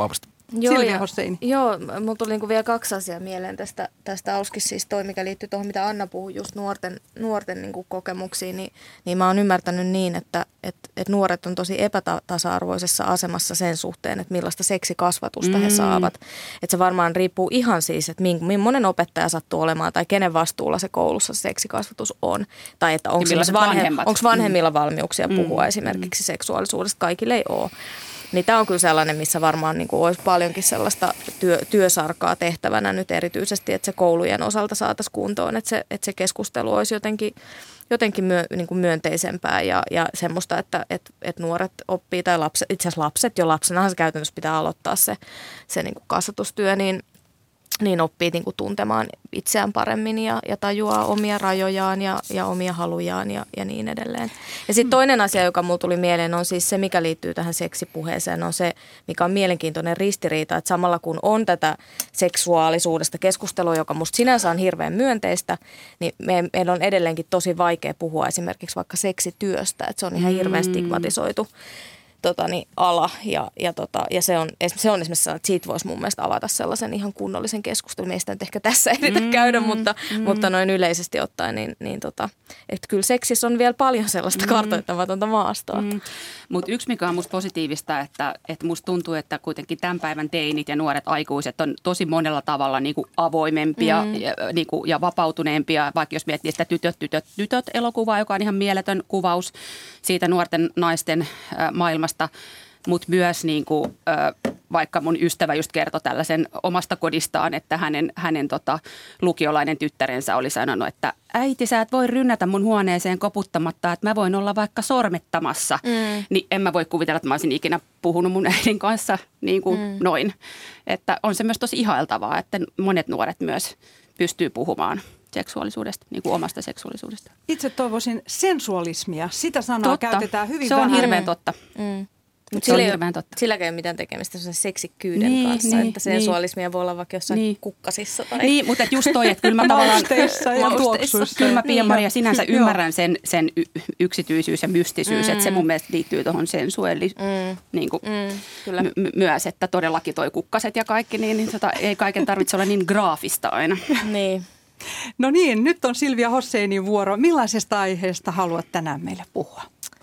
Joo, Silvia Hosseini. Joo, mulla tuli niinku vielä kaksi asiaa mieleen tästä, tästä Auskin siis toi, mikä liittyy tuohon, mitä Anna puhui, just nuorten, nuorten niinku kokemuksiin, niin, niin mä oon ymmärtänyt niin, että et, et nuoret on tosi epätasa-arvoisessa asemassa sen suhteen, että millaista seksikasvatusta mm. he saavat. Että se varmaan riippuu ihan siis, että millainen opettaja sattuu olemaan tai kenen vastuulla se koulussa se seksikasvatus on. Tai että onko vanhem, vanhemmilla valmiuksia puhua mm. esimerkiksi mm. seksuaalisuudesta, kaikille ei ole. Niin tämä on kyllä sellainen, missä varmaan niin kuin olisi paljonkin sellaista työ, työsarkaa tehtävänä nyt erityisesti, että se koulujen osalta saataisiin kuntoon, että se, että se keskustelu olisi jotenkin, jotenkin myö, niin kuin myönteisempää ja, ja semmoista, että, että, että nuoret oppii tai lapset, itse asiassa lapset jo lapsenahan se käytännössä pitää aloittaa se, se niin kuin kasvatustyö, niin niin oppii niin kuin tuntemaan itseään paremmin ja, ja tajuaa omia rajojaan ja, ja omia halujaan ja, ja niin edelleen. Ja sitten toinen asia, joka mulle tuli mieleen, on siis se, mikä liittyy tähän seksipuheeseen, on se, mikä on mielenkiintoinen ristiriita, että samalla kun on tätä seksuaalisuudesta keskustelua, joka musta sinänsä on hirveän myönteistä, niin me, meillä on edelleenkin tosi vaikea puhua esimerkiksi vaikka seksityöstä, että se on ihan hirveän stigmatisoitu. Tota, niin, ala ja, ja, tota, ja se, on, se on esimerkiksi sellainen, että siitä voisi mun mielestä avata sellaisen ihan kunnollisen keskustelun. Meistä nyt ehkä tässä ehditä mm, käydä, mutta, mm. mutta noin yleisesti ottaen, niin, niin tota, että kyllä seksissä on vielä paljon sellaista mm. kartoittamatonta maastoa. Mm. Mutta yksi, mikä on musta positiivista, että, että musta tuntuu, että kuitenkin tämän päivän teinit ja nuoret aikuiset on tosi monella tavalla niin kuin avoimempia mm. ja, niin kuin, ja vapautuneempia, vaikka jos miettii sitä tytöt, tytöt, tytöt elokuvaa, joka on ihan mieletön kuvaus siitä nuorten naisten äh, maailmasta. Mutta myös niin kuin, vaikka mun ystävä just kertoi tällaisen omasta kodistaan, että hänen, hänen tota, lukiolainen tyttärensä oli sanonut, että äiti, sä et voi rynnätä mun huoneeseen koputtamatta, että mä voin olla vaikka sormettamassa. Mm. Niin en mä voi kuvitella, että mä olisin ikinä puhunut mun äidin kanssa niin kuin mm. noin. Että on se myös tosi ihailtavaa, että monet nuoret myös pystyy puhumaan seksuaalisuudesta, niin kuin omasta seksuaalisuudesta. Itse toivoisin sensualismia. Sitä sanaa totta. Käytetään hyvin se on vähän. hirveän totta. Mm. Mutta sillä, silläkään ei ole mitään tekemistä sen seksikkyyden niin, kanssa, niin, että sensualismia niin. voi olla vaikka jossain niin. kukkasissa. Tai... Niin, mutta just toi, että kyllä mä tavallaan... Mausteissa ja tuoksuissa. Kyllä mä Pia-Maria sinänsä niin. ymmärrän sen, sen y- yksityisyys ja mystisyys, mm. että se mun mielestä liittyy tuohon sensuelli mm. niin kuin, mm. kyllä. M- myös, että todellakin toi kukkaset ja kaikki, niin, niin tota, ei kaiken tarvitse olla niin graafista aina. Niin. No niin, nyt on Silvia Hosseinin vuoro. Millaisesta aiheesta haluat tänään meille puhua?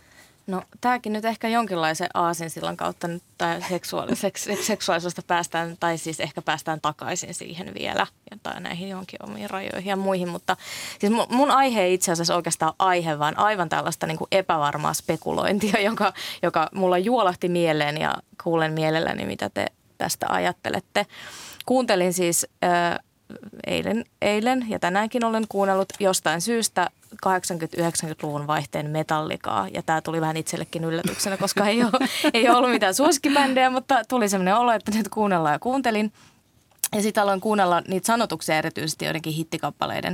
No tämäkin nyt ehkä jonkinlaisen aasinsillan kautta nyt seksuaali- seks- seksuaalisuudesta päästään, tai siis ehkä päästään takaisin siihen vielä, tai näihin johonkin omiin rajoihin ja muihin, mutta siis mun, mun aihe ei itse asiassa oikeastaan aihe, vaan aivan tällaista niin kuin epävarmaa spekulointia, joka, joka mulla juolahti mieleen ja kuulen mielelläni, mitä te tästä ajattelette. Kuuntelin siis... Äh, Eilen, eilen ja tänäänkin olen kuunnellut jostain syystä kahdeksankymmentä-yhdeksänkymmentäluvun vaihteen Metallicaa. Ja tämä tuli vähän itsellekin yllätyksenä, koska ei ole, ei ole ollut mitään suosikkibändejä, mutta tuli sellainen olo, että nyt kuunnellaan ja kuuntelin. Ja sitten aloin kuunnella niitä sanotuksia erityisesti joidenkin hittikappaleiden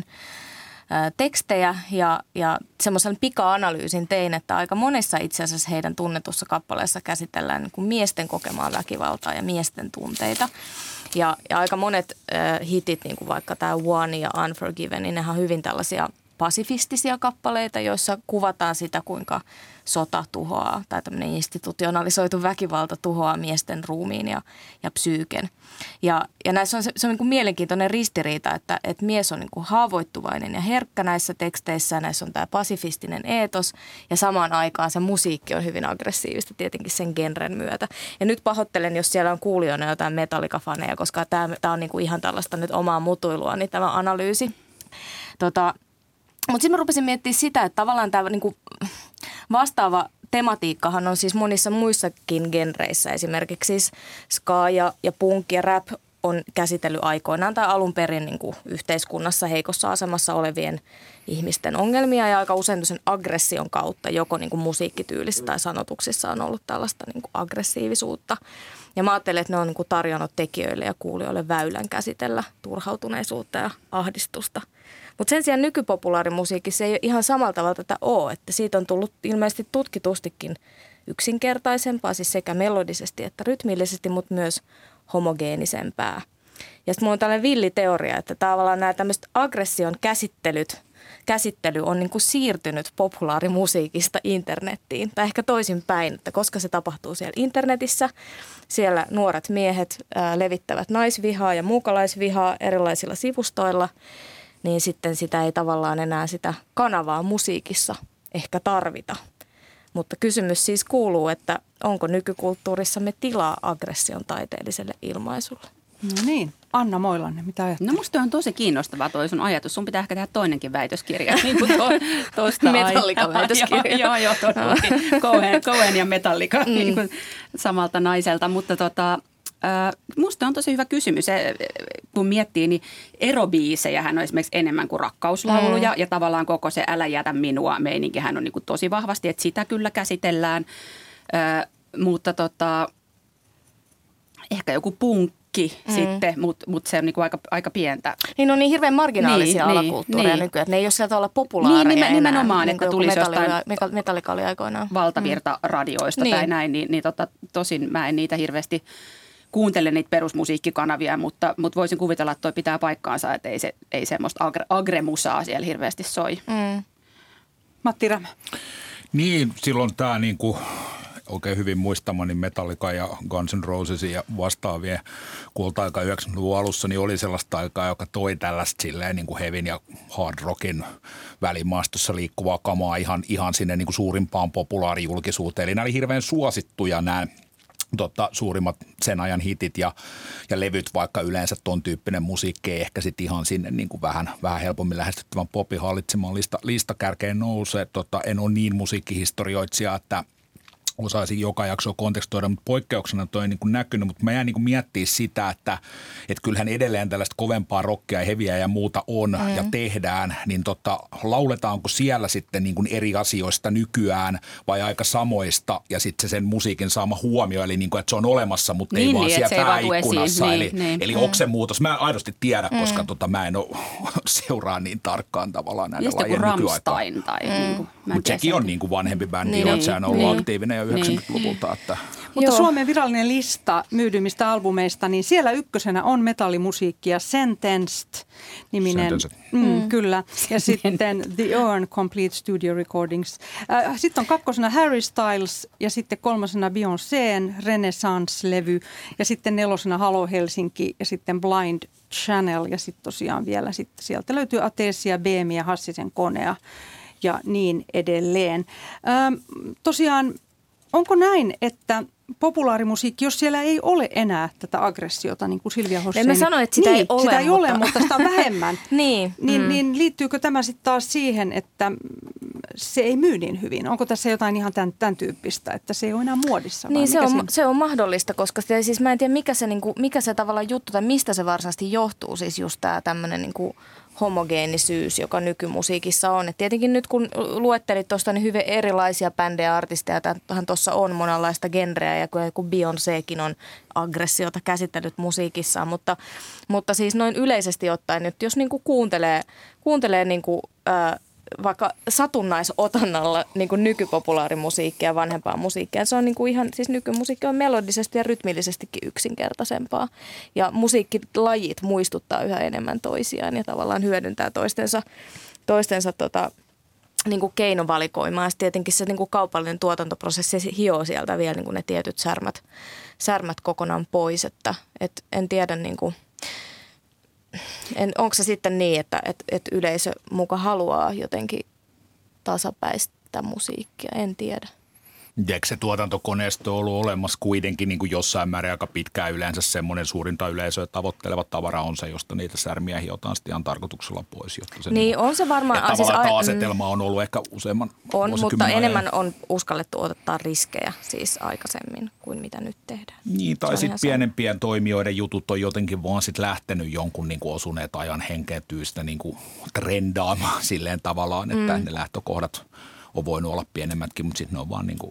ää, tekstejä. Ja, ja semmoisen pika-analyysin tein, että aika monessa itse asiassa heidän tunnetussa kappaleessa käsitellään niin kuin miesten kokemaa väkivaltaa ja miesten tunteita. Ja, ja aika monet äh, hitit, niin kuin vaikka tämä One ja Unforgiven, niin nehän on hyvin tällaisia pasifistisia kappaleita, joissa kuvataan sitä, kuinka sota tuhoaa tai tämmöinen institutionalisoitu väkivalta tuhoaa miesten ruumiin ja, ja psyyken. Ja, ja näissä on se, se on niin kuin mielenkiintoinen ristiriita, että, että mies on niin kuin haavoittuvainen ja herkkä näissä teksteissä. Näissä on tämä pasifistinen eetos ja samaan aikaan se musiikki on hyvin aggressiivista tietenkin sen genren myötä. Ja nyt pahoittelen, jos siellä on kuulijoina jotain Metallica-faneja, koska tämä, tämä on niin kuin ihan tällaista nyt omaa mutuilua, niin tämä analyysi. Tota, mutta sitten mä rupesin miettimään sitä, että tavallaan tämä niinku vastaava tematiikkahan on siis monissa muissakin genreissä. Esimerkiksi siis ska ja, ja punk ja rap on käsitellyt aikoinaan tai alun perin niinku yhteiskunnassa heikossa asemassa olevien ihmisten ongelmia. Ja aika usein sen aggression kautta joko niinku musiikkityylissä tai sanotuksissa on ollut tällaista niinku aggressiivisuutta. Ja mä ajattelen, että ne on niinku tarjonnut tekijöille ja kuulijoille väylän käsitellä turhautuneisuutta ja ahdistusta. Mutta sen sijaan nykypopulaarimusiikissa ei ihan samalla tavalla tätä ole, että siitä on tullut ilmeisesti tutkitustikin yksinkertaisempaa, siis sekä melodisesti että rytmillisesti, mutta myös homogeenisempää. Ja sitten mulla on tällainen villiteoria, että tavallaan nämä tämmöiset aggression käsittelyt käsittely on niin kuin siirtynyt populaarimusiikista internettiin. Tai ehkä toisinpäin, että koska se tapahtuu siellä internetissä, siellä nuoret miehet ää, levittävät naisvihaa ja muukalaisvihaa erilaisilla sivustoilla, niin sitten sitä ei tavallaan enää sitä kanavaa musiikissa ehkä tarvita. Mutta kysymys siis kuuluu, että onko nykykulttuurissamme tilaa aggression taiteelliselle ilmaisulle? No niin, Anna Moilanen, mitä ajattelet? No musta on tosi kiinnostavaa toi sun ajatus. Sun pitää ehkä tehdä toinenkin väitöskirja. Niin kuin to, tosta Metallica-väitöskirja. Joo, joo, todellakin. Cohen, Cohen ja Metallica mm. niin kuin samalta naiselta. Mutta tota, äh, musta on tosi hyvä kysymys. Se, kun miettii, niin erobiisejähän on esimerkiksi enemmän kuin rakkauslauluja. Mm. Ja tavallaan koko se älä jätä minua meininkihän on niin kuin tosi vahvasti, että sitä kyllä käsitellään. Äh, mutta tota, ehkä joku punk. Mm. sitten, mutta mut se on niinku aika, aika pientä. Niin on niin hirveän marginaalisia niin, alakulttuureja niin, nykyään, että ne ei ole sieltä olla populaareja niin, enää. Nimenomaan, niin että tulisi jostain Metallica oli aikoinaan. valtavirtaradioista mm. tai niin. näin, niin, niin tota, tosin mä en niitä hirveästi kuuntele niitä perusmusiikkikanavia, mutta, mutta voisin kuvitella, että toi pitää paikkaansa, että ei, se, ei semmoista agre, agremusaa siellä hirveästi soi. Mm. Matti Rämä. Niin, silloin tämä niinku oikein hyvin muistamani Metallica ja Guns N' Roses ja vastaavien kulta-aika yhdeksänkymmentäluvun alussa, niin oli sellaista aikaa, joka toi tällaista silleen niin kuin heavyn ja hard rockin välimaastossa liikkuvaa kamaa ihan, ihan sinne niin kuin suurimpaan populaarijulkisuuteen. Eli nämä oli hirveän suosittuja nämä Totta, suurimmat sen ajan hitit ja, ja levyt, vaikka yleensä ton tyyppinen musiikki ei ehkä sitten ihan sinne niin kuin vähän, vähän helpommin lähestyttävän popin hallitsemaan lista, listakärkeen nousee. Tota, en ole niin musiikkihistorioitsija, että osaisin joka jaksoa kontekstoida, mutta poikkeuksena toi ei niin kuin näkynyt, mutta mä jään niin kuin miettiä sitä, että, että kyllähän edelleen tällaista kovempaa rockia ja heviä ja muuta on mm. ja tehdään, niin tota, lauletaanko siellä sitten niin kuin eri asioista nykyään vai aika samoista ja sitten se sen musiikin saama huomio, eli niin kuin, että se on olemassa, mutta niin, ei vaan niin, siellä pääikkunassa, niin, eli, niin. eli mm. onko se muutos? Mä en aidosti tiedä, mm. koska tota, mä en ole seuraa niin tarkkaan tavallaan näitä lajien nykyaikaa. Tai mm. niin kuin, mutta sekin on niin kuin vanhempi bändi, niin, että sehän on ollut niin. aktiivinen ja yhdeksänkymmentäluvulta. Että. Mutta Joo. Suomen virallinen lista myydymistä albumeista, niin siellä ykkösenä on metallimusiikki ja Sentenced-niminen. Mm, mm. Kyllä. Ja sitten The Urn Complete Studio Recordings. Äh, sitten on kakkosena Harry Styles ja sitten kolmasena Beyoncéen Renaissance-levy ja sitten nelosena Halo Helsinki ja sitten Blind Channel ja sitten tosiaan vielä sitten sieltä löytyy Ateesia, Beemi ja Hassisen konea ja niin edelleen. Ähm, tosiaan onko näin, että populaarimusiikki, jos siellä ei ole enää tätä aggressiota, niin kuin Silvia Hosseen. En mä sano, että sitä niin, ei ole. Sitä ei mutta... ole, mutta sitä on vähemmän. niin, niin, mm. niin liittyykö tämä sitten taas siihen, että se ei myy niin hyvin? Onko tässä jotain ihan tämän, tämän tyyppistä, että se ei ole enää muodissa? Niin, se on, se on mahdollista, koska sitä, siis mä en tiedä, mikä se, niin kuin, mikä se tavallaan juttu tai mistä se varsinaisesti johtuu, siis just tämä tämmöinen niin kuin homogeenisyys, joka nykymusiikissa on. Et tietenkin nyt kun luettelit tuosta niin hyvin erilaisia bändejä ja artisteja, tähän tuossa on monenlaista genreä ja kun Beyoncékin on aggressiota käsitellyt musiikissaan, mutta, mutta siis noin yleisesti ottaen nyt, jos niinku kuuntelee, kuuntelee niinku, ää, vaikka satunnaisotannalla niin kuin nykypopulaarimusiikkia ja vanhempaa musiikkia. Se on niin kuin ihan, siis nykymusiikki on melodisesti ja rytmillisestikin yksinkertaisempaa. Ja musiikkilajit muistuttaa yhä enemmän toisiaan ja tavallaan hyödyntää toistensa, toistensa tota, niin kuin keinovalikoimaa. Ja tietenkin se niin kuin kaupallinen tuotantoprosessi hioo sieltä vielä niin kuin ne tietyt särmät, särmät kokonaan pois. Että, et en tiedä niin kuin En, onko se sitten niin, että et, et yleisö muka haluaa jotenkin tasapäistä musiikkia? En tiedä. Eikö se tuotantokoneisto on ollut olemassa kuitenkin niin kuin jossain määrin aika pitkään yleensä semmoinen suurinta yleisöä tavoitteleva tavara on se, josta niitä särmiä hiotaan sitten ihan tarkoituksella pois. Jotta se niin, niin on se varmaan. Ja siis tavallaan siis, asetelma on ollut ehkä useamman on, mutta enemmän on uskallettu ottaa riskejä siis aikaisemmin kuin mitä nyt tehdään. Niin, tai sitten pienempien toimijoiden jutut on jotenkin vaan sitten lähtenyt jonkun niin kuin osuneet ajan henkeen tyystä niin kuin trendaamaan silleen tavallaan, että mm. ne lähtökohdat on voinut olla pienemmätkin, mutta sitten ne on vaan niin kuin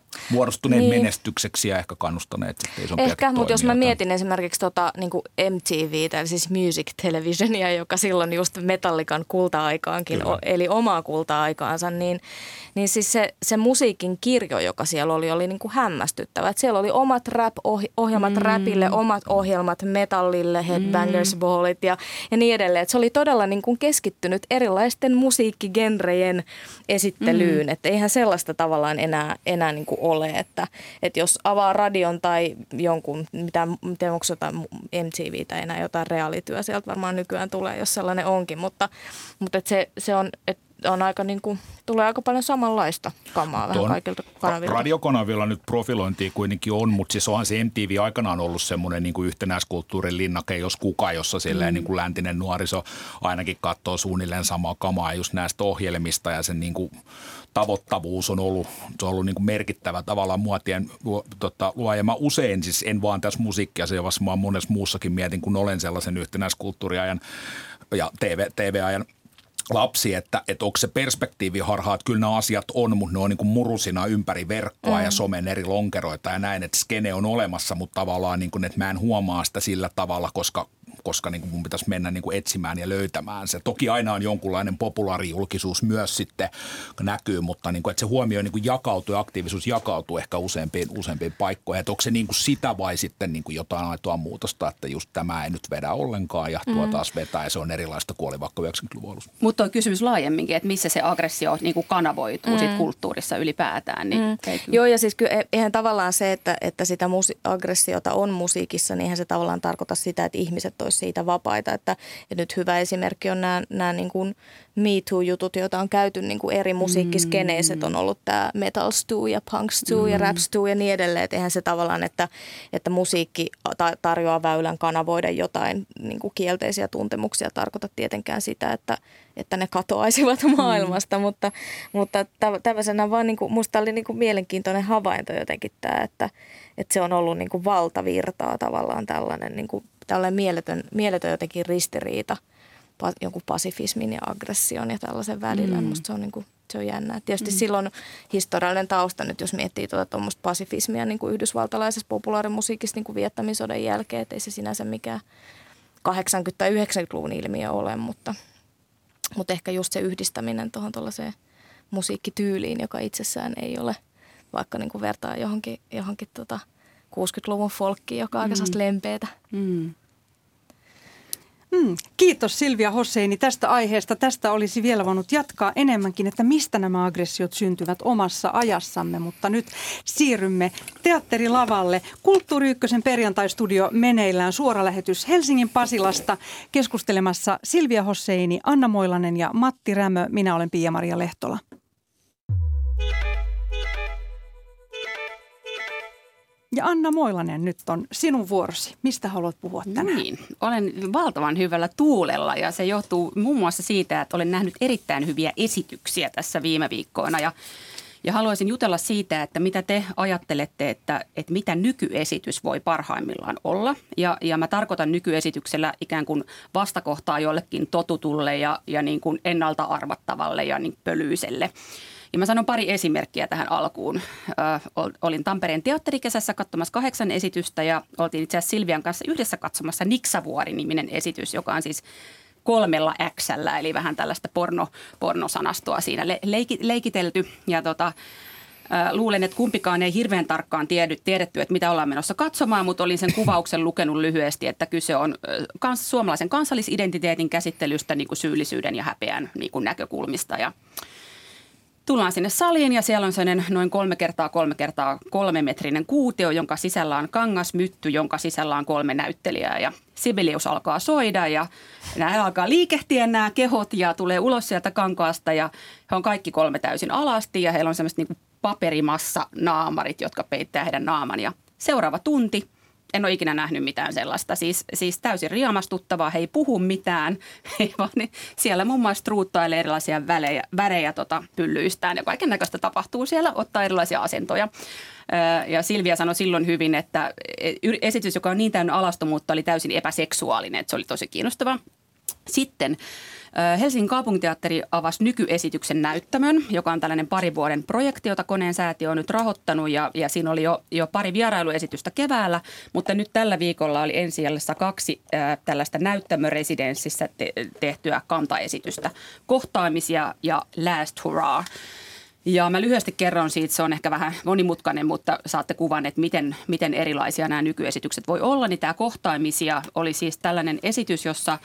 muodostuneet niin. menestykseksi ja ehkä kannustaneet sitten isompiakin Ehkä, mutta jos mä toimijoita. mietin esimerkiksi tota, niin kuin M T V:tä, eli siis Music Televisionia, joka silloin just Metallican kulta-aikaankin, o, eli omaa kulta-aikaansa, niin, niin siis se, se musiikin kirjo, joka siellä oli, oli niin kuin hämmästyttävä. Et siellä oli omat rap-ohjelmat mm. rapille, omat ohjelmat metallille, Headbangers mm. Ballit ja, ja niin edelleen. Et se oli todella niin kuin keskittynyt erilaisten musiikkigenrejen esittelyyn, mm. että eihän sellaista tavallaan enää, enää niin kuin ole, että, että jos avaa radion tai jonkun, mitä, mitä onko jotain M T V tai enää jotain reaalityö, sieltä varmaan nykyään tulee, jos sellainen onkin, mutta, mutta että se, se on, että on aika niin kuin, tulee aika paljon samanlaista kamaa vähän kaikilta kanavilta. Radiokanavilla nyt profilointia kuitenkin on, mutta siis onhan se M T V aikanaan ollut semmoinen niin kuin yhtenäiskulttuurin linnake, jos kuka, jossa silleen mm. niin kuin läntinen nuoriso ainakin katsoo suunnilleen samaa kamaa just näistä ohjelmista ja sen niin kuin tavoittavuus on ollut, se on ollut niin kuin merkittävä tavallaan muotien tota, luo. Ja mä usein, siis en vaan tässä musiikkiasiassa, vaan monessa muussakin mietin, kun olen sellaisen yhtenäiskulttuuriajan ja T V, T V-ajan lapsi, että, että onko se perspektiiviharhaa, että kyllä nämä asiat on, mutta ne on niin kuin murusina ympäri verkkoa mm. ja somen eri lonkeroita ja näin, että skene on olemassa, mutta tavallaan niin kuin, että mä en huomaa sitä sillä tavalla, koska koska niin kuin mun pitäisi mennä niin kuin etsimään ja löytämään se. Toki aina on jonkunlainen populaarijulkisuus myös sitten näkyy, mutta niin kuin, että se huomio niin kuin jakautuu ja aktiivisuus jakautuu ehkä useampiin, useampiin paikkoihin. Että onko se niin kuin sitä vai sitten niin kuin jotain aitoa muutosta, että just tämä ei nyt vedä ollenkaan ja tuo taas vetää ja se on erilaista kuin oli vaikka yhdeksänkymmentäluvun alussa. Mutta on kysymys laajemminkin, että missä se aggressio niin kuin kanavoituu mm. sit kulttuurissa ylipäätään. Niin mm. Joo ja siis kyllä eihän tavallaan se, että, että sitä musi- aggressiota on musiikissa, niin eihän se tavallaan tarkoita sitä, että ihmiset olisi siitä vapaita. Että, että nyt hyvä esimerkki on nämä, nämä niin kuin Me Too-jutut, joita on käyty niin kuin eri musiikkiskeneissä. Mm. On ollut tämä metal stew ja punk stew mm. ja rap stew ja niin edelleen. Että eihän se tavallaan, että, että musiikki tarjoaa väylän kanavoida jotain niin kuin kielteisiä tuntemuksia, tarkoita tietenkään sitä, että, että ne katoaisivat maailmasta. Mm. Mutta, mutta tämmöisenä vaan niin kuin, musta oli niin kuin mielenkiintoinen havainto jotenkin tämä, että, että se on ollut niin kuin valtavirtaa tavallaan tällainen niin kuin tällainen mieletön, mieletön jotenkin ristiriita jonkun pasifismin ja aggression ja tällaisen välillä. Mm. Musta se on, niin kuin, se on jännää. Tietysti mm. silloin historiallinen tausta nyt, jos miettii tuota tuommoista pasifismia niin kuin yhdysvaltalaisessa populaarimusiikissa niin kuin Vietnamin sodan jälkeen, että ei se sinänsä mikään kahdeksankymmentä- tai yhdeksänkymmentäluvun ilmiö ole, mutta, mutta ehkä just se yhdistäminen tuohon tuollaiseen musiikkityyliin, joka itsessään ei ole, vaikka niin kuin vertaa johonkin, johonkin tota kuusikymmentäluvun folkkiin, joka on aika sellaista lempeätä. Mm. Mm, kiitos Silvia Hosseini tästä aiheesta. Tästä olisi vielä voinut jatkaa enemmänkin, että mistä nämä aggressiot syntyvät omassa ajassamme, mutta nyt siirrymme teatterilavalle. Kulttuuri Ykkösen perjantaistudio meneillään, suora lähetys Helsingin Pasilasta, keskustelemassa Silvia Hosseini, Anna Moilanen ja Matti Rämö. Minä olen Pia-Maria Lehtola. Ja Anna Moilanen, nyt on sinun vuorosi. Mistä haluat puhua tänään? Niin, olen valtavan hyvällä tuulella ja se johtuu muun muassa siitä, että olen nähnyt erittäin hyviä esityksiä tässä viime viikkoina. Ja, ja haluaisin jutella siitä, että mitä te ajattelette, että, että mitä nykyesitys voi parhaimmillaan olla. Ja, ja mä tarkoitan nykyesityksellä ikään kuin vastakohtaa jollekin totutulle ja, ja niin kuin ennalta arvattavalle ja niin pölyiselle. Ja mä sanon pari esimerkkiä tähän alkuun. Ö, olin Tampereen teatterikesässä katsomassa kahdeksan esitystä ja oltiin itse asiassa Silvian kanssa yhdessä katsomassa Niksavuori-niminen esitys, joka on siis kolmella X:llä, eli vähän tällaista porno, pornosanastoa siinä le- leiki- leikitelty. Ja tota, ö, luulen, että kumpikaan ei hirveän tarkkaan tiedy, tiedetty, että mitä ollaan menossa katsomaan, mutta olin sen kuvauksen lukenut lyhyesti, että kyse on ö, kans, suomalaisen kansallisidentiteetin käsittelystä niin kuin syyllisyyden ja häpeän niin kuin näkökulmista ja tullaan sinne saliin ja siellä on sellainen noin kolme kertaa kolme kertaa kolme metrinen kuutio, jonka sisällä on kangasmytty, jonka sisällä on kolme näyttelijää. Ja Sibelius alkaa soida ja nämä alkaa liikehtiä nämä kehot ja tulee ulos sieltä kankaasta ja he on kaikki kolme täysin alasti ja heillä on sellaiset niin kuin paperimassa naamarit, jotka peittää heidän naaman. Ja seuraava tunti. En ole ikinä nähnyt mitään sellaista. Siis, siis täysin riemastuttavaa. He ei puhu mitään, vaan siellä muun muassa truuttailee erilaisia välejä, värejä tota, pyllyistään. Ja kaiken näköistä tapahtuu siellä, ottaa erilaisia asentoja. Ja Silvia sanoi silloin hyvin, että esitys, joka on niin täynnä alastomuutta, oli täysin epäseksuaalinen. Että se oli tosi kiinnostava. Sitten Helsingin kaupunginteatteri avasi nykyesityksen näyttämön, joka on tällainen pari vuoden projekti, jota Koneen säätiö on nyt rahoittanut ja, ja siinä oli jo, jo pari vierailuesitystä keväällä, mutta nyt tällä viikolla oli ensijallessa kaksi ää, tällaista näyttämöresidenssissä te- tehtyä kantaesitystä, kohtaamisia ja Last Hurrah. Ja mä lyhyesti kerron siitä, se on ehkä vähän monimutkainen, mutta saatte kuvan, että miten, miten erilaisia nämä nykyesitykset voi olla. Niin tämä kohtaamisia oli siis tällainen esitys, jossa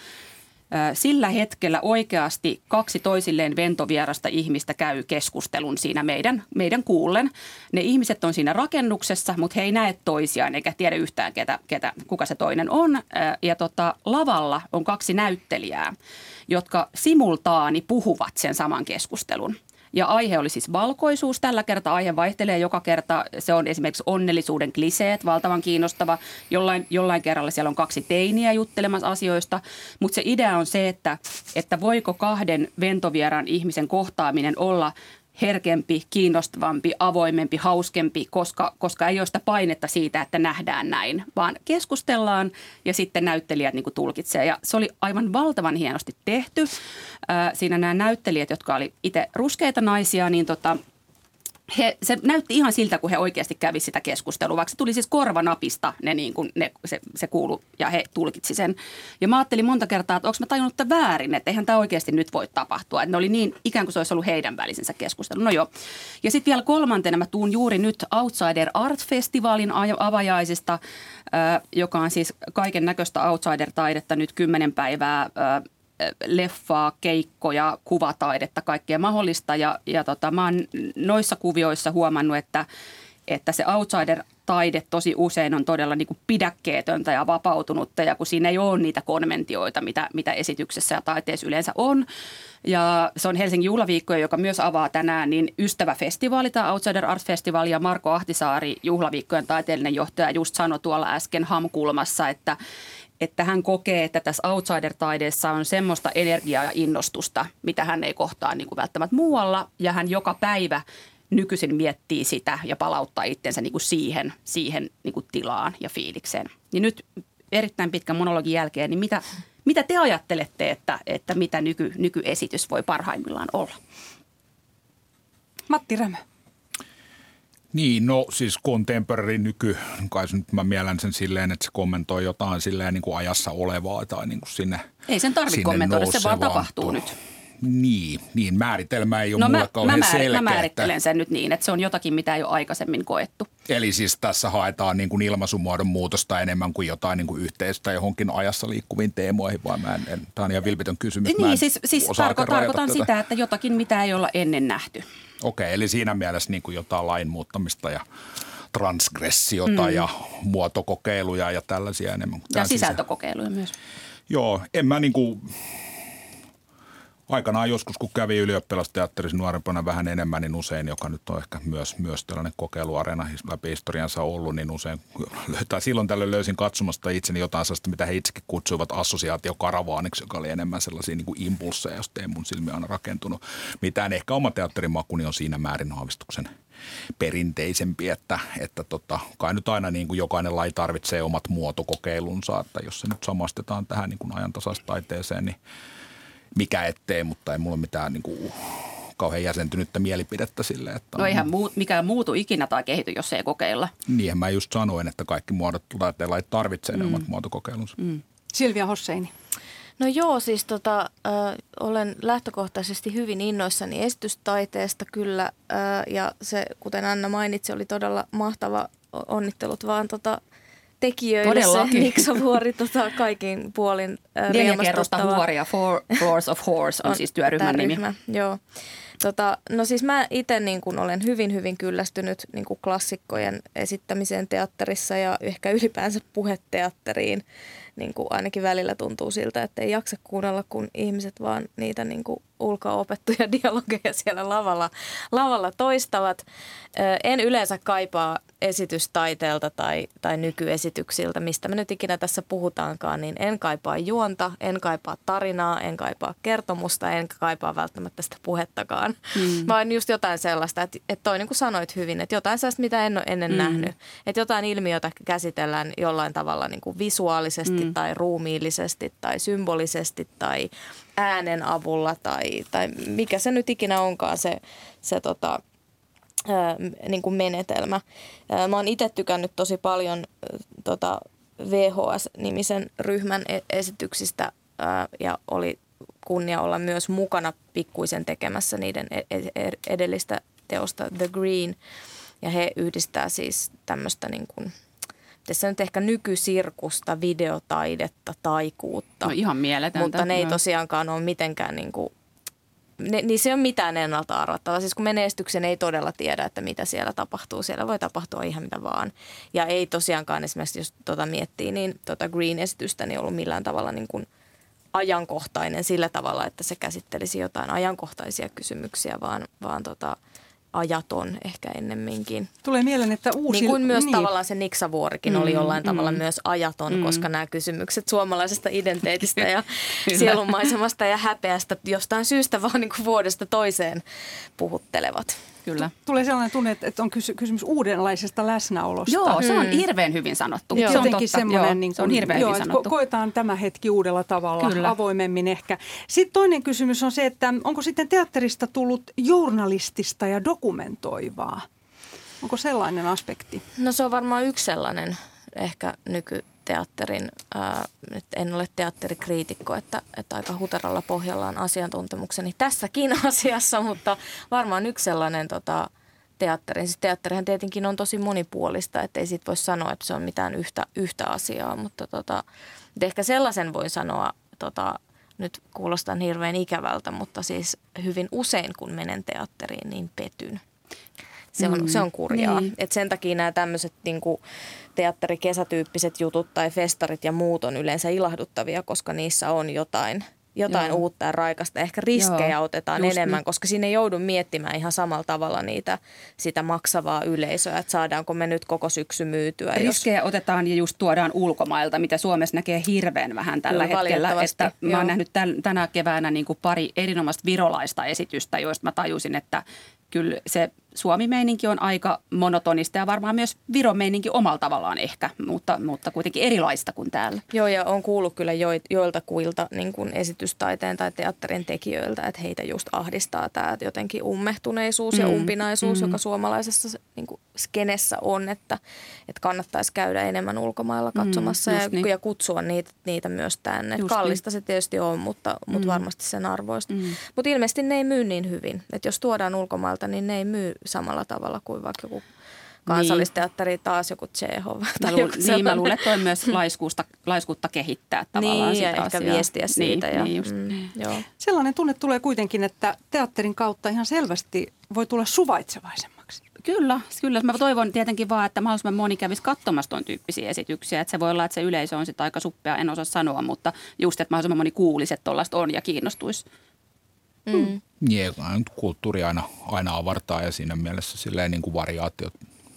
sillä hetkellä oikeasti kaksi toisilleen ventovierasta ihmistä käy keskustelun siinä meidän, meidän kuullen. Ne ihmiset on siinä rakennuksessa, mutta he ei näe toisiaan eikä tiedä yhtään, ketä, ketä, kuka se toinen on. Ja tota, lavalla on kaksi näyttelijää, jotka simultaani puhuvat sen saman keskustelun. Ja aihe oli siis valkoisuus. Tällä kertaa aihe vaihtelee joka kerta. Se on esimerkiksi onnellisuuden kliseet, valtavan kiinnostava. Jollain, jollain kerralla siellä on kaksi teiniä juttelemassa asioista. Mutta se idea on se, että, että voiko kahden ventovieraan ihmisen kohtaaminen olla herkempi, kiinnostavampi, avoimempi, hauskempi, koska, koska ei ole sitä painetta siitä, että nähdään näin, vaan keskustellaan ja sitten näyttelijät niin kuin tulkitsee. Ja se oli aivan valtavan hienosti tehty. Ää, siinä nämä näyttelijät, jotka oli itse ruskeita naisia, niin tota, he, se näytti ihan siltä, kun he oikeasti kävi sitä keskustelua, vaikka se tuli siis korvanapista, ne, niin kuin, ne, se, se kuului ja he tulkitsi sen. Ja mä ajattelin monta kertaa, että onko mä tajunnut tämän väärin, että eihän tämä oikeasti nyt voi tapahtua. Että ne oli niin, ikään kuin se olisi ollut heidän välisensä keskustelu. No joo. Ja sitten vielä kolmantena mä tuun juuri nyt Outsider Art-festivaalin avajaisista, äh, joka on siis kaiken näköistä outsider-taidetta nyt kymmenen päivää äh, leffaa, keikkoja, kuvataidetta, kaikkea mahdollista. Ja, ja tota, mä oon noissa kuvioissa huomannut, että, että se outsider-taide tosi usein on todella niin kuin pidäkkeetöntä ja vapautunutta, ja kun siinä ei ole niitä konventioita, mitä, mitä esityksessä ja taiteessa yleensä on. Ja se on Helsingin juhlaviikkoja, joka myös avaa tänään, niin Ystäväfestivaali, tämä Outsider Art-festivaali, ja Marko Ahtisaari, juhlaviikkojen taiteellinen johtaja, just sanoi tuolla äsken Hamkulmassa, että että hän kokee, että tässä outsider-taideessa on semmoista energiaa ja innostusta, mitä hän ei kohtaa niin kuin välttämättä muualla. Ja hän joka päivä nykyisin miettii sitä ja palauttaa itsensä niin kuin siihen, siihen niin kuin tilaan ja fiilikseen. Niin nyt erittäin pitkän monologin jälkeen, niin mitä, mitä te ajattelette, että, että mitä nyky, nykyesitys voi parhaimmillaan olla? Matti Rämö. Niin, no siis contemporary nyky, kai nyt mä mielen sen silleen, että se kommentoi jotain silleen niin kuin ajassa olevaa tai niin kuin sinne Ei sen tarvitse kommentoida, se vaan tapahtuu nyt. Niin, niin, määritelmä ei ole no mulle mä, kauhean mä, selkeä. Mä määrittelen sen nyt niin, että se on jotakin, mitä ei ole aikaisemmin koettu. Eli siis tässä haetaan niin kuin ilmaisumuodon muutosta enemmän kuin jotain niin kuin yhteistä johonkin ajassa liikkuviin teemoihin, vai mä en, en tämä on ihan vilpitön kysymys. Niin, siis, siis tarko, tarkoitan tätä. sitä, että jotakin, mitä ei olla ennen nähty. Okei, eli siinä mielessä niin kuin jotain lain muuttamista ja transgressiota mm. ja muotokokeiluja ja tällaisia enemmän. Ja sisältökokeiluja myös. Joo, en mä niin kuin aikanaan joskus, kun kävi ylioppilasteatterissa nuorempana vähän enemmän, niin usein, joka nyt on ehkä myös, myös tällainen kokeiluareena läpi historiansa ollut, niin usein löytää. Silloin tällöin löysin katsomasta itseni jotain sellaista, mitä he itsekin kutsuivat assosiaatiokaravaaniksi, joka oli enemmän sellaisia niin kuin impulsseja, josta ei mun silmiä aina rakentunut. Mitään ehkä oma teatterimakuni on siinä määrin aavistuksen perinteisempi, että, että tota, kai nyt aina niin kuin jokainen laji tarvitsee omat muotokokeilunsa, että jos se nyt samastetaan tähän niin kuin ajantasaistaiteeseen, niin mikä ettei, mutta ei mulla mitään niin kuin kauhean jäsentynyttä mielipidettä sille. Että no eihän muu, mikään muutu ikinä tai kehity, jos ei kokeilla. Niinhän mä just sanoin, että kaikki muodot taiteella tarvitsee mm. ne omat muotokokeilunsa. Mm. Silvia Hosseini. No joo, siis tota, äh, olen lähtökohtaisesti hyvin innoissani esitystaiteesta kyllä. Äh, ja se, kuten Anna mainitsi, oli todella mahtava. Onnittelut vaan tota, tekijöille. Todellakin. Se Niksa Vuori tota, kaikin puolin äh, Neljä kerrosta vuoria, Four Floors of Horse on, on siis työryhmän nimi. Ryhmä, joo. Tota, no siis mä itse niin kun olen hyvin, hyvin kyllästynyt niin kun klassikkojen esittämiseen teatterissa ja ehkä ylipäänsä puheteatteriin. Niin kuin ainakin välillä tuntuu siltä, että ei jaksa kuunnella, kun ihmiset vaan niitä niin kuin ulko-opettuja dialogeja siellä lavalla, lavalla toistavat. En yleensä kaipaa esitystaiteelta tai, tai nykyesityksiltä, mistä me nyt ikinä tässä puhutaankaan, niin en kaipaa juonta, en kaipaa tarinaa, en kaipaa kertomusta, en kaipaa välttämättä sitä puhettakaan, mm. vaan just jotain sellaista, että, että toi niin kuin sanoit hyvin, että jotain sellaista, mitä en ole ennen mm. nähnyt, että jotain ilmiötä käsitellään jollain tavalla niin kuin visuaalisesti mm. tai ruumiillisesti tai symbolisesti tai äänen avulla tai, tai mikä se nyt ikinä onkaan se, se tota, ää, niin kuin menetelmä. Ää, mä oon itse tykännyt tosi paljon ää, tota V H S-nimisen ryhmän esityksistä ää, ja oli kunnia olla myös mukana pikkuisen tekemässä niiden edellistä teosta The Green. Ja he yhdistää siis tämmöistä niin kuin, tässä nyt ehkä nykysirkusta, videotaidetta, taikuutta. No ihan mieletöntä. Mutta ne ei tosiaankaan ole mitenkään niin kuin, ne, niin se on mitään ennalta arvattavaa. Siis kun menee esitykseen, ei todella tiedä, että mitä siellä tapahtuu. Siellä voi tapahtua ihan mitä vaan. Ja ei tosiaankaan esimerkiksi, jos tota miettii, niin tota Green-esitystä niin ei ollut millään tavalla niin kuin ajankohtainen sillä tavalla, että se käsittelisi jotain ajankohtaisia kysymyksiä, vaan, vaan tota, ajaton ehkä ennemminkin. Tulee mieleen, että uusi... Niin kuin myös niin. tavallaan se Niksavuorikin mm, oli jollain mm, tavalla myös ajaton, mm. koska nämä kysymykset suomalaisesta identiteetistä ja sielunmaisemasta ja häpeästä jostain syystä vaan niin kuin vuodesta toiseen puhuttelevat. Kyllä. Tulee sellainen tunne, että on kysymys uudenlaisesta läsnäolosta. Joo, se on mm. hirveän hyvin sanottu. Joo. Se on jotenkin semmoinen, joo, niin kuin, se on hirveän joo, hyvin sanottu. Ko- koetaan tämä hetki uudella tavalla, Kyllä. avoimemmin ehkä. Sitten toinen kysymys on se, että onko sitten teatterista tullut journalistista ja dokumentoivaa? Onko sellainen aspekti? No se on varmaan yksi sellainen ehkä nykyteatterin, ää, nyt en ole teatterikriitikko, että, että aika huteralla pohjalla on asiantuntemukseni tässäkin asiassa, mutta varmaan yksi sellainen tota, teatterin. Siis teatterihan tietenkin on tosi monipuolista, että ei siitä voi sanoa, että se on mitään yhtä, yhtä asiaa, mutta tota, ehkä sellaisen voi sanoa, tota, nyt kuulostan hirveän ikävältä, mutta siis hyvin usein kun menen teatteriin, niin petyn. Se on, mm, se on kurjaa. Niin. Et sen takia nämä tämmöiset niinku teatterikesätyyppiset jutut tai festarit ja muut on yleensä ilahduttavia, koska niissä on jotain, jotain uutta ja raikasta. Ehkä riskejä Joo, otetaan enemmän, niin. koska siinä ei joudu miettimään ihan samalla tavalla niitä, sitä maksavaa yleisöä, että saadaanko me nyt koko syksy myytyä. Riskejä jos... otetaan ja just tuodaan ulkomailta, mitä Suomessa näkee hirveän vähän tällä Kyllä, hetkellä. Että mä oon nähnyt tämän, tänä keväänä niin kuin pari erinomaista virolaista esitystä, joista mä tajusin, että kyllä se Suomi-meininki on aika monotonista ja varmaan myös Viro-meininki omalla tavallaan ehkä, mutta, mutta kuitenkin erilaista kuin täällä. Joo, ja on kuullut kyllä jo, joilta kuilta niin kuin esitystaiteen tai teatterin tekijöiltä, että heitä just ahdistaa tämä jotenkin ummehtuneisuus mm, ja umpinaisuus, mm. joka suomalaisessa niin kuin skenessä on, että, että kannattaisi käydä enemmän ulkomailla katsomassa mm, ja, niin. ja kutsua niitä, niitä myös tänne. Kallista niin. se tietysti on, mutta, mutta mm. varmasti sen arvoista. Mm. Mutta ilmeisesti ne ei myy niin hyvin, että jos tuodaan ulkomailta, niin ne ei myy samalla tavalla kuin vaikka joku kansallisteatteri, taas joku Tšehov. Mä luul, niin, mä luulen, että toi myös laiskuutta, laiskuutta kehittää tavallaan niin, sitä ja asiaa. ehkä viestiä siitä. Niin, ja, niin just. Mm, joo. Sellainen tunne tulee kuitenkin, että teatterin kautta ihan selvästi voi tulla suvaitsevaisemmaksi. Kyllä, kyllä. Mä toivon tietenkin vaan, että mahdollisimman moni kävisi katsomassa ton tyyppisiä esityksiä. Että se voi olla, että se yleisö on sitten aika suppea, en osaa sanoa, mutta just, että mahdollisimman moni kuulisi, että tollaista on ja kiinnostuisi. Mm. Niin, kulttuuri aina, aina avartaa ja siinä mielessä silleen niin kuin variaatiot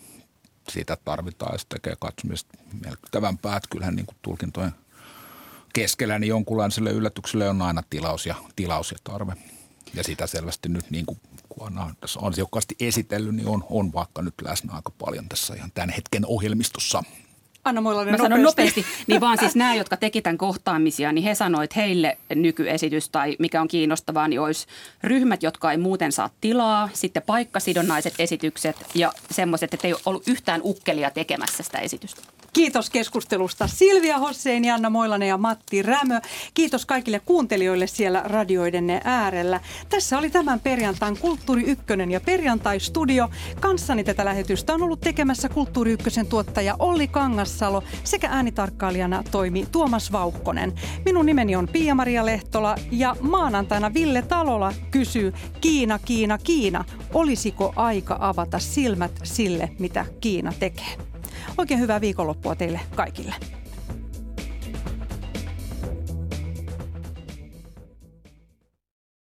siitä tarvitaan ja se tekee katsomista merkittävämpää. Että kyllähän niin kuin tulkintojen keskellä niin jonkunlaiselle yllätykselle on aina tilaus ja, tilaus ja tarve. Ja sitä selvästi nyt niin kuin kun on tässä ansiokkaasti esitellyt, niin on, on vaikka nyt läsnä aika paljon tässä ihan tämän hetken ohjelmistossa. Anna Moilanen Mä nopeasti. sanon nopeasti, niin vaan siis nämä, jotka teki tämän kohtaamisia, niin he sanoivat, että heille nykyesitys tai mikä on kiinnostavaa, niin olisi ryhmät, jotka ei muuten saa tilaa, sitten paikkasidonnaiset esitykset ja semmoiset, että ei ole ollut yhtään ukkelia tekemässä sitä esitystä. Kiitos keskustelusta Silvia Hossein, Anna Moilanen ja Matti Rämö. Kiitos kaikille kuuntelijoille siellä radioidenne äärellä. Tässä oli tämän perjantain Kulttuuri Ykkönen ja Perjantai-studio. Kanssani tätä lähetystä on ollut tekemässä Kulttuuri Ykkösen tuottaja Olli Kangassalo sekä äänitarkkailijana toimi Tuomas Vauhkonen. Minun nimeni on Pia-Maria Lehtola ja maanantaina Ville Talola kysyy Kiina, Kiina, Kiina. Olisiko aika avata silmät sille, mitä Kiina tekee? Oikein hyvää viikonloppua teille kaikille.